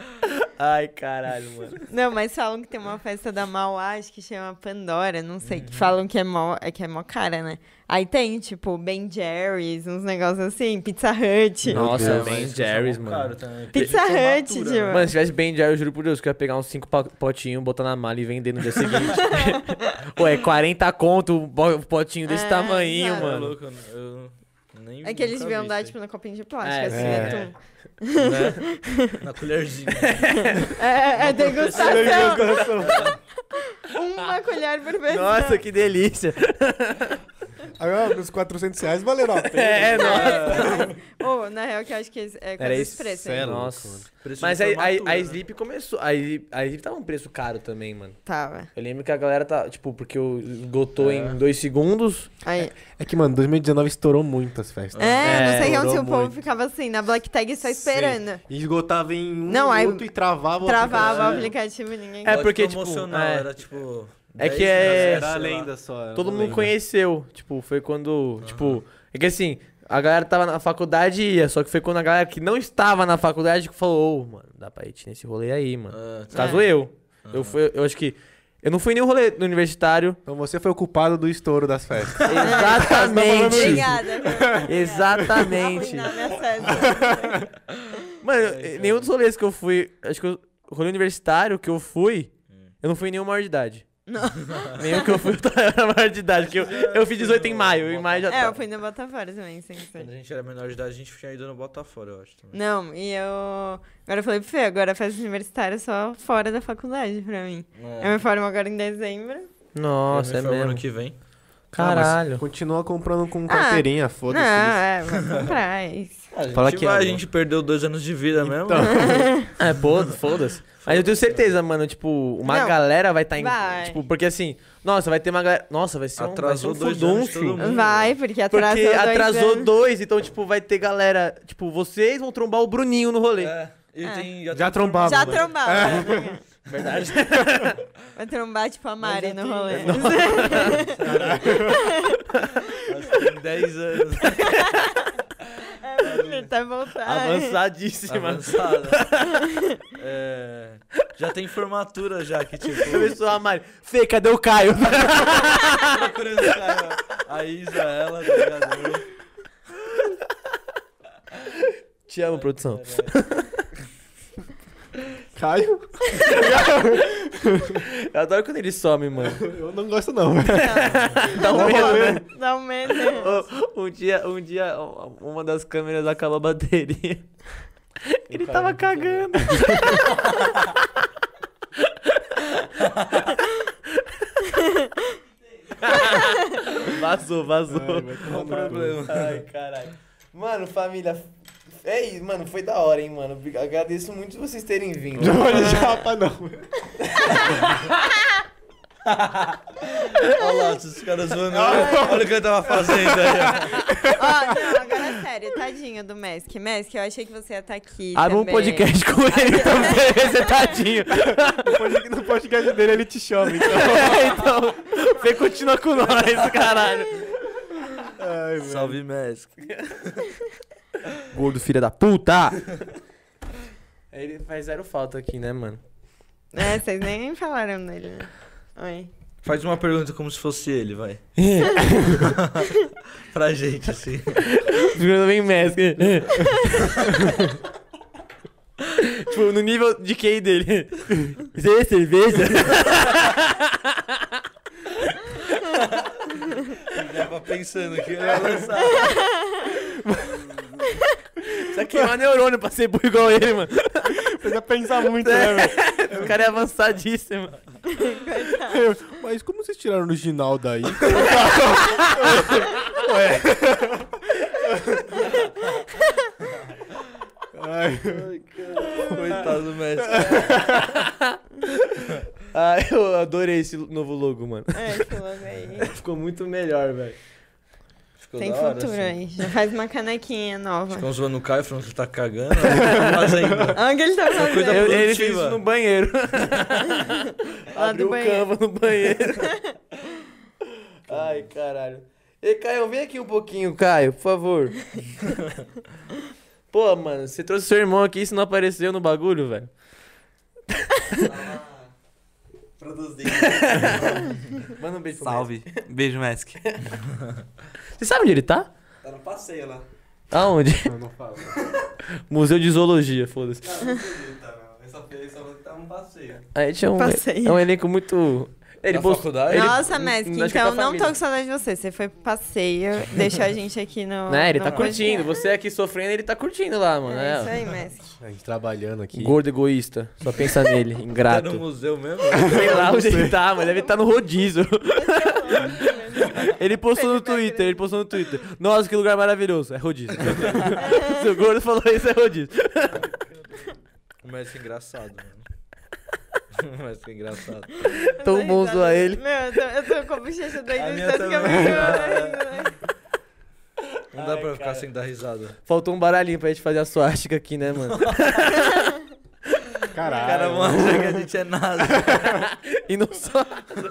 Ai, caralho, mano. Não, mas falam que tem uma festa da Mauá, acho que chama Pandora, não sei, que falam que é mó cara, né? Aí tem, tipo, Ben Jerry's, uns negócios assim, Pizza Hut. Nossa, Deus. Ben Mas Jerry's, são mano. caro também. Pizza De formatura, Hut, tipo. né? Mano, se tivesse Ben Jerry, eu juro por Deus que eu ia pegar uns 5 potinhos, botar na mala e vender no dia seguinte. Ué, 40 conto, um potinho desse É, tamanho, exato. É mano. louco, eu nem É que eles nunca deviam vi dar, isso tipo, no copinho de plástico, É, assim, é. atum. aí, né? Na colherzinha. É degustação. Uma colher por pessoa. Nossa, que delícia. Agora, nos 400 reais valeram a pena. É, nossa. Ô, na real, que eu acho que é Era quase isso. esse preço. Cê é aí. louco, Nossa. mano. Preço Mas de a formatura, né? Sleep começou. A Sleep tava um preço caro também, mano. Tava. Eu lembro que a galera tá, tipo, porque esgotou em 2 segundos. Aí. É que, mano, 2019 estourou muito as festas. É, não sei onde durou o povo muito. ficava assim, na Black Tag só esperando. Sim. E esgotava em um Não, aí minuto e travava o Travava o aplicativo. aplicativo e ninguém. É Lote porque, tipo, promocional, é. era tipo... É que 10 é- reais, Era a sei lá. lenda só. era Todo uma mundo lenda. conheceu. Tipo, foi quando. Tipo. É que assim, a galera tava na faculdade e ia. Só que foi quando a galera que não estava na faculdade que falou, ô, mano, dá pra ir nesse rolê aí, mano. Ah, No caso eu. Eu acho que. Eu não fui em nenhum rolê no universitário. Então você foi o culpado do estouro das festas. Exatamente. Obrigada. viu? Exatamente. Arruinar minha festa. Mano, nenhum dos rolês que eu fui. Acho que o rolê universitário que eu fui, eu não fui em nenhum maior de idade. Não. Nenhum que eu fui eu era maior de idade. Porque eu fiz 18 em maio. Em maio já É, eu tá. fui no Botafora também, sem Quando ser. a gente era menor de idade, a gente tinha ido no Botafogo, eu acho. Também. Não, e eu. Agora eu falei pro Fê, agora a festa universitária é só fora da faculdade pra mim. Eu me formo agora em dezembro. Nossa, é Eu me formo mesmo. ano que vem. Caralho. Continua comprando com carteirinha, Não, foda-se. vai comprar isso. A gente, Fala que vai, é, a gente perdeu 2 anos de vida mesmo. É, foda-se. Mas eu tenho certeza, mano, tipo, uma Não, galera vai estar em. vai. Tipo, porque assim, nossa, vai ter uma galera. Nossa, vai ser um, Atrasou vai ser um 2 anos de furdunço. todo mundo. Vai, porque atrasou Porque 2 atrasou anos. 2, então, tipo, vai ter galera. Tipo, vocês vão trombar o Bruninho no rolê. É, e É. tem, Já tem trombava. Já né? trombava. Verdade. Vai trombar, tipo, a Mari no rolê. Acho que tem 10 anos. Ele tá voltando. Avançadíssima. Avançada. É, já tem formatura já, que tipo... Começou a Mari. Fê, cadê o Caio? procurando o cara. A Isa, ela, tá ligado? Te amo, produção. Caio? Eu adoro quando ele some, mano. Eu não gosto, não. Dá um medo, né? Dá um medo. Um dia, uma das câmeras acabou a bateria. Ele tava cagando. Vazou. Qual o problema? Ai, caralho. Mano, família. É isso, mano. Foi da hora, hein, mano. Agradeço muito vocês terem vindo. Não olha japa, não. Olha lá, esses caras zoando. Olha o que ele tava fazendo aí. Ó, não, agora é sério, tadinho do Mask. Mask, eu achei que você ia estar aqui. Abre um também. podcast com ele, então você tadinho. No podcast dele ele te chama, então. Então, Fê continua com nós, caralho. Ai, velho. Salve, Mask. Gordo filha da puta. Ele faz zero falta aqui, né, mano? É, vocês nem falaram dele, né? Oi. Faz uma pergunta como se fosse ele, vai. Pra gente, assim. Jogando bem Mask. Tipo, no nível de QI dele. Você é cerveja? Já tava pensando que ele ia lançar. Isso aqui é um neurônio pra ser burro igual ele, mano. Precisa pensar muito, né, velho? O cara é avançadíssimo. Mas como vocês tiraram o original daí? Ai, Coitado do Mask. Ah, eu adorei esse novo logo, mano. É, esse logo aí. Ficou muito melhor, velho. Ficou Tem da hora, futuro assim. aí. Já faz uma canequinha nova. Ficam zoando o Caio, falando que ele tá cagando. Olha o que ele tá fazendo. Olha o que ele tá fazendo. Coisa Ele fez produtiva. isso no banheiro. Lá Abriu do o banheiro. Canva no banheiro. Ai, caralho. Ei, Caio, vem aqui um pouquinho, Caio, por favor. Pô, mano, você trouxe seu irmão aqui, se não apareceu no bagulho, velho. Produzindo. Manda um beijo pro Salve. Beijo, Mask. Messi. Você sabe onde ele tá? Tá no passeio lá. Aonde? eu não falo. Museu de Zoologia, foda-se. Tá, não acredito, não. Essa feira só tá no passeio. A gente é um, Passeio. é um elenco muito... Ele Na postou- faculdade? ele- Nossa, Mask, acho que então com a não família. tô com saudade de você. Você foi pro passeio, deixou a gente aqui no... Né, ele no tá curtindo. podcast. Você aqui sofrendo, ele tá curtindo lá, mano. É isso aí, Mask. A gente trabalhando aqui. Gordo egoísta. Só pensa nele, Tá no ingrato. museu mesmo? Sei lá onde ele tá, mas deve estar no rodízio. Ele postou no Twitter, Nossa, que lugar maravilhoso. É rodízio. Se o gordo falou isso, é rodízio. O Mask é engraçado, mano. O Mask é engraçado. Tão bom zoar ele. Meu, eu tô com a bochecha doida A de minha tanto que eu também. fico né? Não dá Ai, pra ficar cara. sem dar risada. Faltou um baralhinho pra gente fazer a suástica aqui, né, mano? O Caralho. cara manja que a gente é nada. E não só.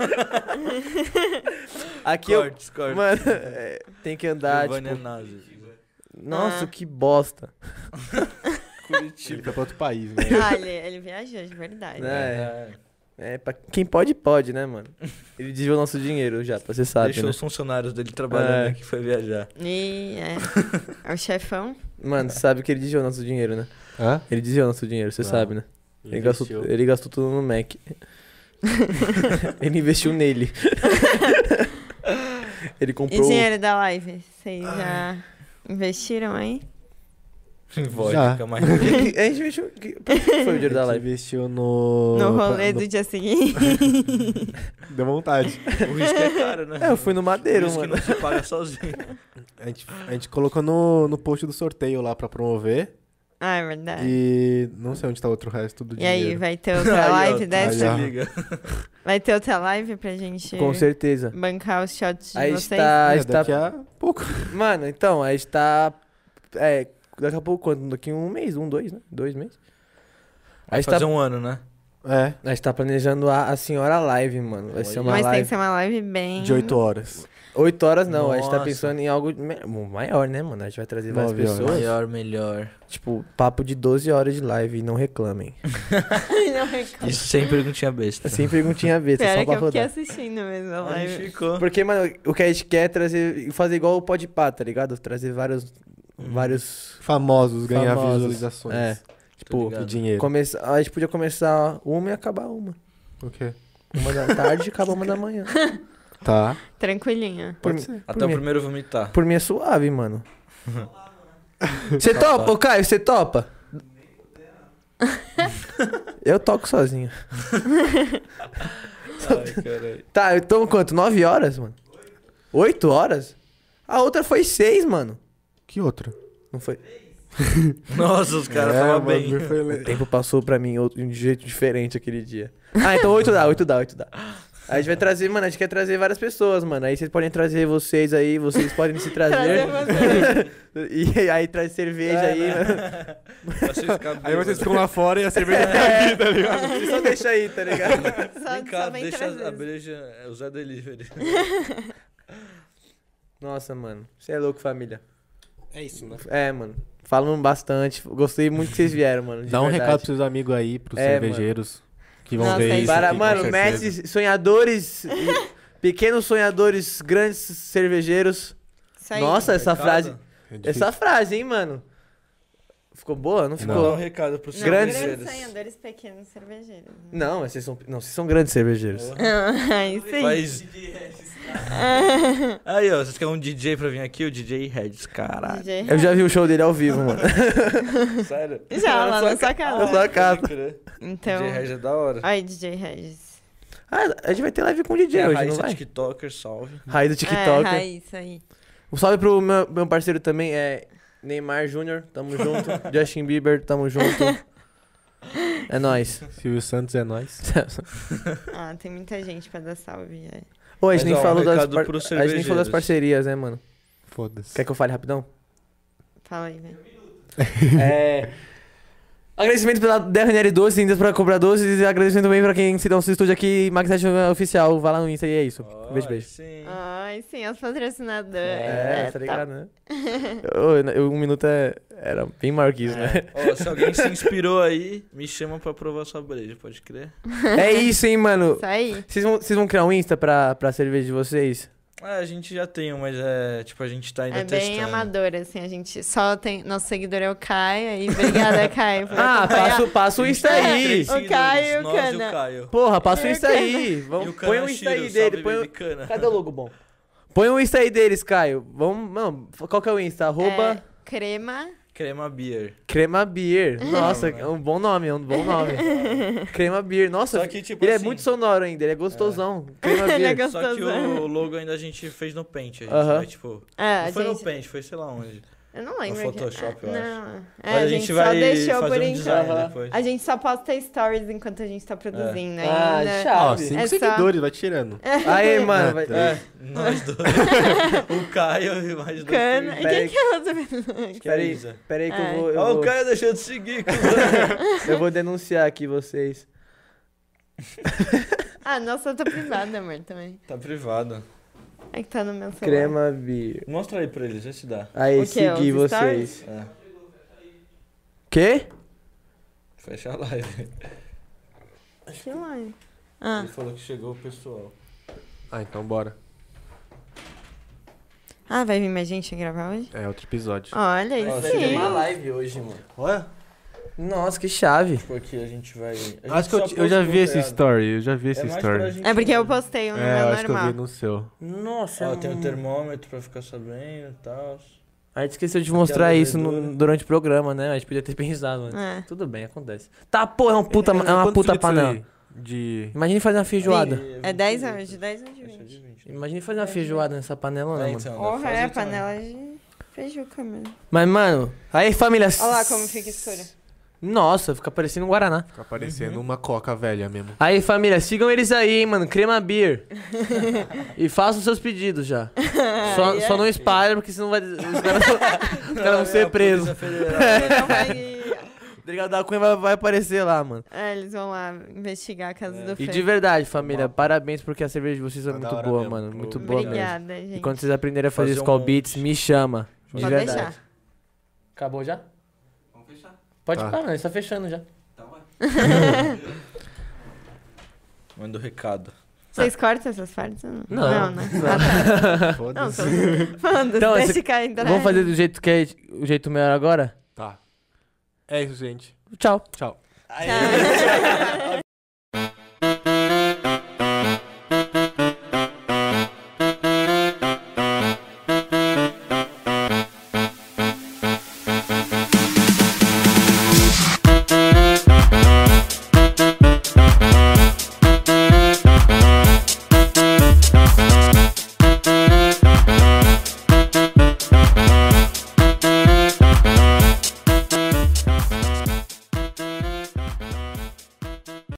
Aqui Cortes, cortes. Mano, tem que andar, Giovanni é tipo... nazi. Nossa, Ah. que bosta. Ele foi pra outro país, né? Ah, ele viajou, de verdade. É. Pra quem pode, pode, né, mano? Ele desviou nosso dinheiro já, você sabe, Deixou né? os funcionários dele trabalhando É. aqui, foi viajar. E é o chefão. Mano, você sabe que ele desviou nosso dinheiro, né? Hã? Ele desviou nosso dinheiro, você Não. sabe, né? Ele gastou, Investiu. ele gastou tudo no Mac. Ele investiu nele. Ele E comprou... dinheiro da live? Vocês já investiram aí? Vodka, mas... A gente investiu... Por que foi o dinheiro da A gente live? investiu no... No rolê no- do dia seguinte? Deu vontade. O risco é caro, né? É, eu fui no O Madeiro, risco mano. não se paga sozinho. A gente colocou no post do sorteio lá pra promover. Ah, é verdade. E não sei onde tá outro resto do E aí, dinheiro. vai ter outra Aí, ó, live aí, dessa? ó. Se liga. Vai ter outra live pra gente Com certeza. bancar os shots de Aí vocês? está... É, está... daqui a pouco. Mano, então, a gente tá... daqui a pouco, quando? Daqui um mês, 2, né? 2 meses. Vai A gente fazer tá... um ano, né? É, A gente tá planejando a senhora live, mano. Vai ser uma Mas tem live... que ser uma live bem... de 8 horas. 8 horas não, a gente tá Nossa. pensando em algo maior, né, mano? A gente vai trazer várias 9 horas. pessoas. Maior, melhor. Tipo, papo de 12 horas de live e não reclamem. Não reclamo. Isso sem perguntinha besta. Sem perguntinha besta, Pior só é que pra eu fiquei rodar. assistindo mesmo a A gente live. ficou. Porque, mano, o que a gente quer é trazer, fazer igual o Podpah, tá ligado? Trazer vários vários... Famosos ganhar Famosos. visualizações. É. Tipo, ligado. E dinheiro. a gente podia começar uma e acabar uma. O quê? 1 da tarde e acabar 1 da manhã. Tá. Tranquilinha. Por, Pode ser. Até o mim, primeiro vomitar. por mim é suave, mano. Você topa? Ô, Caio, você topa? Eu toco sozinho. Ai, caralho. Tá, então quanto? 9 horas, mano? 8 horas? A outra foi 6, mano. Que outra? Não foi? Nossa, os caras É, estavam o bem. bagulho foi O le- tempo passou pra mim de um jeito diferente aquele dia. Ah, então 8 dá. Aí a gente vai trazer, mano, a gente quer trazer várias pessoas, mano. Aí vocês podem trazer vocês aí, vocês podem se trazer. E aí traz cerveja aí, mano. Aí vocês ficam lá fora e a cerveja tá aqui, tá ligado? Você só deixa aí, tá ligado? Só, Vem cá, só vem deixa três a vezes. breja usar delivery. Nossa, mano. Você é louco, família. É isso, né? É, mano. Falam bastante. Gostei muito que vocês vieram, mano. de Dá um verdade. recado pros seus amigos aí, pros É, cervejeiros que vão Nossa, ver é isso. isso. Para, aqui, com mano, certeza. mestres, sonhadores, pequenos sonhadores, grandes cervejeiros. Isso aí. Nossa, essa Recado? frase. É difícil. Essa frase, hein, mano? Ficou boa? Não Vou dar ficou? um recado pros Não, Grandes- grandes sonhadores, pequenos cervejeiros. Não, mas vocês são grandes cervejeiros. Aí sim. Faz... Aí, ó, vocês querem um DJ pra vir aqui? O DJ Reds, caralho. DJ. Eu já vi o show dele ao vivo, mano. Sério? Já, lá na sua casa. Na sua casa. Pode crer. Então. DJ Reds é da hora. Aí, DJ Regis. Ah, a gente vai ter live com o DJ É, hoje, Raiz não é vai? TikToker, salve. Raiz do TikTok. É, isso aí. Um salve pro meu parceiro também, é Neymar Júnior, tamo junto. Justin Bieber, tamo junto. É nóis. Silvio Santos é nóis. Ah, tem muita gente pra dar salve. É. Ô, a gente Mas, nem ó, falou um das recado pros a gente nem falou das cervejeiros. parcerias, né, mano? Foda-se. Quer que eu fale rapidão? Fala aí, velho. É. Agradecimento pela DRNL Doces, ainda pra comprar doces, e agradecimento também pra quem se dá um estúdio aqui, Magnete Oficial. Vai lá no Insta e é isso. Beijo, beijo. Sim. Ai, sim, os patrocinadores. É, tá ligado, né? 1 minuto era bem maior que isso, né? Ó, se alguém se inspirou aí, me chama pra provar sua breja, pode crer? É isso, hein, mano. Isso aí. Vocês vão criar um Insta pra cerveja de vocês? Ah, a gente já tem, mas é, tipo, a gente tá ainda É testando. bem amador, assim, a gente só tem... Nosso seguidor é o Caio, aí obrigada, Caio, por Ah, acompanhar. passa o Insta aí. O Caio e o nós e Cana. o Caio. Porra, passa o Insta E o aí. E Vamos, o põe o Cana Insta Shiro, aí dele. salve, Põe o... Baby Cana. Cadê o logo bom? Põe o Insta aí deles, Caio. Vamos, mano, qual que é o Insta? Arroba É, crema... Crema Beer. Crema Beer. Nossa, é um bom nome, Crema Beer. Nossa, Só que, tipo ele assim, é muito sonoro ainda, ele é gostosão. Crema Ele é Beer. Só que gostosão. o logo ainda a gente fez no Paint. A gente Aham. vai, tipo... É, não foi gente... no Paint, foi sei lá onde. Eu não lembro. No Photoshop, eu acho. Não. É, Mas a gente vai só deixou fazer por um enquanto. design Aham. depois. A gente só posta stories enquanto a gente tá produzindo Ah, ainda. Ó, chave. 5 É só- seguidores, vai tirando. Aí, mano, vai... É. Nós dois. O Caio e mais dois. Cana. E Pera quem aí. que é outra pessoa? Que é a Peraí, Isa. peraí que É. eu Ó, o vou, Caio deixou de seguir. eu vou denunciar aqui vocês. Ah, nossa, eu tô privada, amor, também. Tá privado. É que tá no meu celular. Crema Beer. Mostra aí pra eles, vê se dá. Aí, O quê? segui Os vocês. É. Quê? Fecha a live. Que live. Ah, Ele falou que chegou o pessoal. Ah, então bora. ah, vai vir mais gente gravar hoje? É outro episódio. Olha aí, Nossa, sim. tem uma live hoje, mano. Olha. Nossa, que chave. Porque a gente vai... Acho que eu já vi esse story, eu já vi É esse mais pra story. gente... É porque eu postei no É, eu meu acho que eu normal. vi no seu. Nossa, Ó, tem um termômetro pra ficar sabendo e tal. A gente esqueceu de mostrar isso abridor. durante o programa, né? A gente podia ter pensado antes. É. Tudo bem, acontece. Tá, porra, é uma puta panela. De... Imagine fazer uma feijoada. É 10 horas, de 10 horas de Esse é de 20. 20. Imagine fazer uma feijoada nessa panela, né, É, mano? então, Porra, faz é aí também. panela de feijuca mesmo. Mas, mano, aí, família. Olha lá como fica escura. Nossa, fica parecendo um Guaraná. Fica parecendo uma coca velha mesmo. Aí, família, sigam eles aí, hein, mano. Crema Beer. E façam seus pedidos já. Só não espalha, porque senão vai, os caras vão ser presos. É a Polícia Federal. Não vai- O delegado da Cunha vai aparecer lá, mano. É, eles vão lá investigar a casa do E Fê. de verdade, família, parabéns porque a cerveja de vocês é Tá da muito hora boa, mesmo. mano. Muito boa mesmo. Obrigada, gente. E quando vocês aprenderem a fazer Fazer Skull um Beats, me chama. De Pode verdade. deixar. Acabou já? Vamos fechar. Pode Tá. ficar, mano. Ele tá fechando já. Então vai. Manda o recado. Vocês cortam essas partes? Ou Não. né? Ah, tá. Não, Foda-se. tô falando, Então, deixa esse- cair entrar. Vamos fazer do jeito que é o jeito melhor agora? Tá. É isso, gente. Tchau. Tchau. Tchau.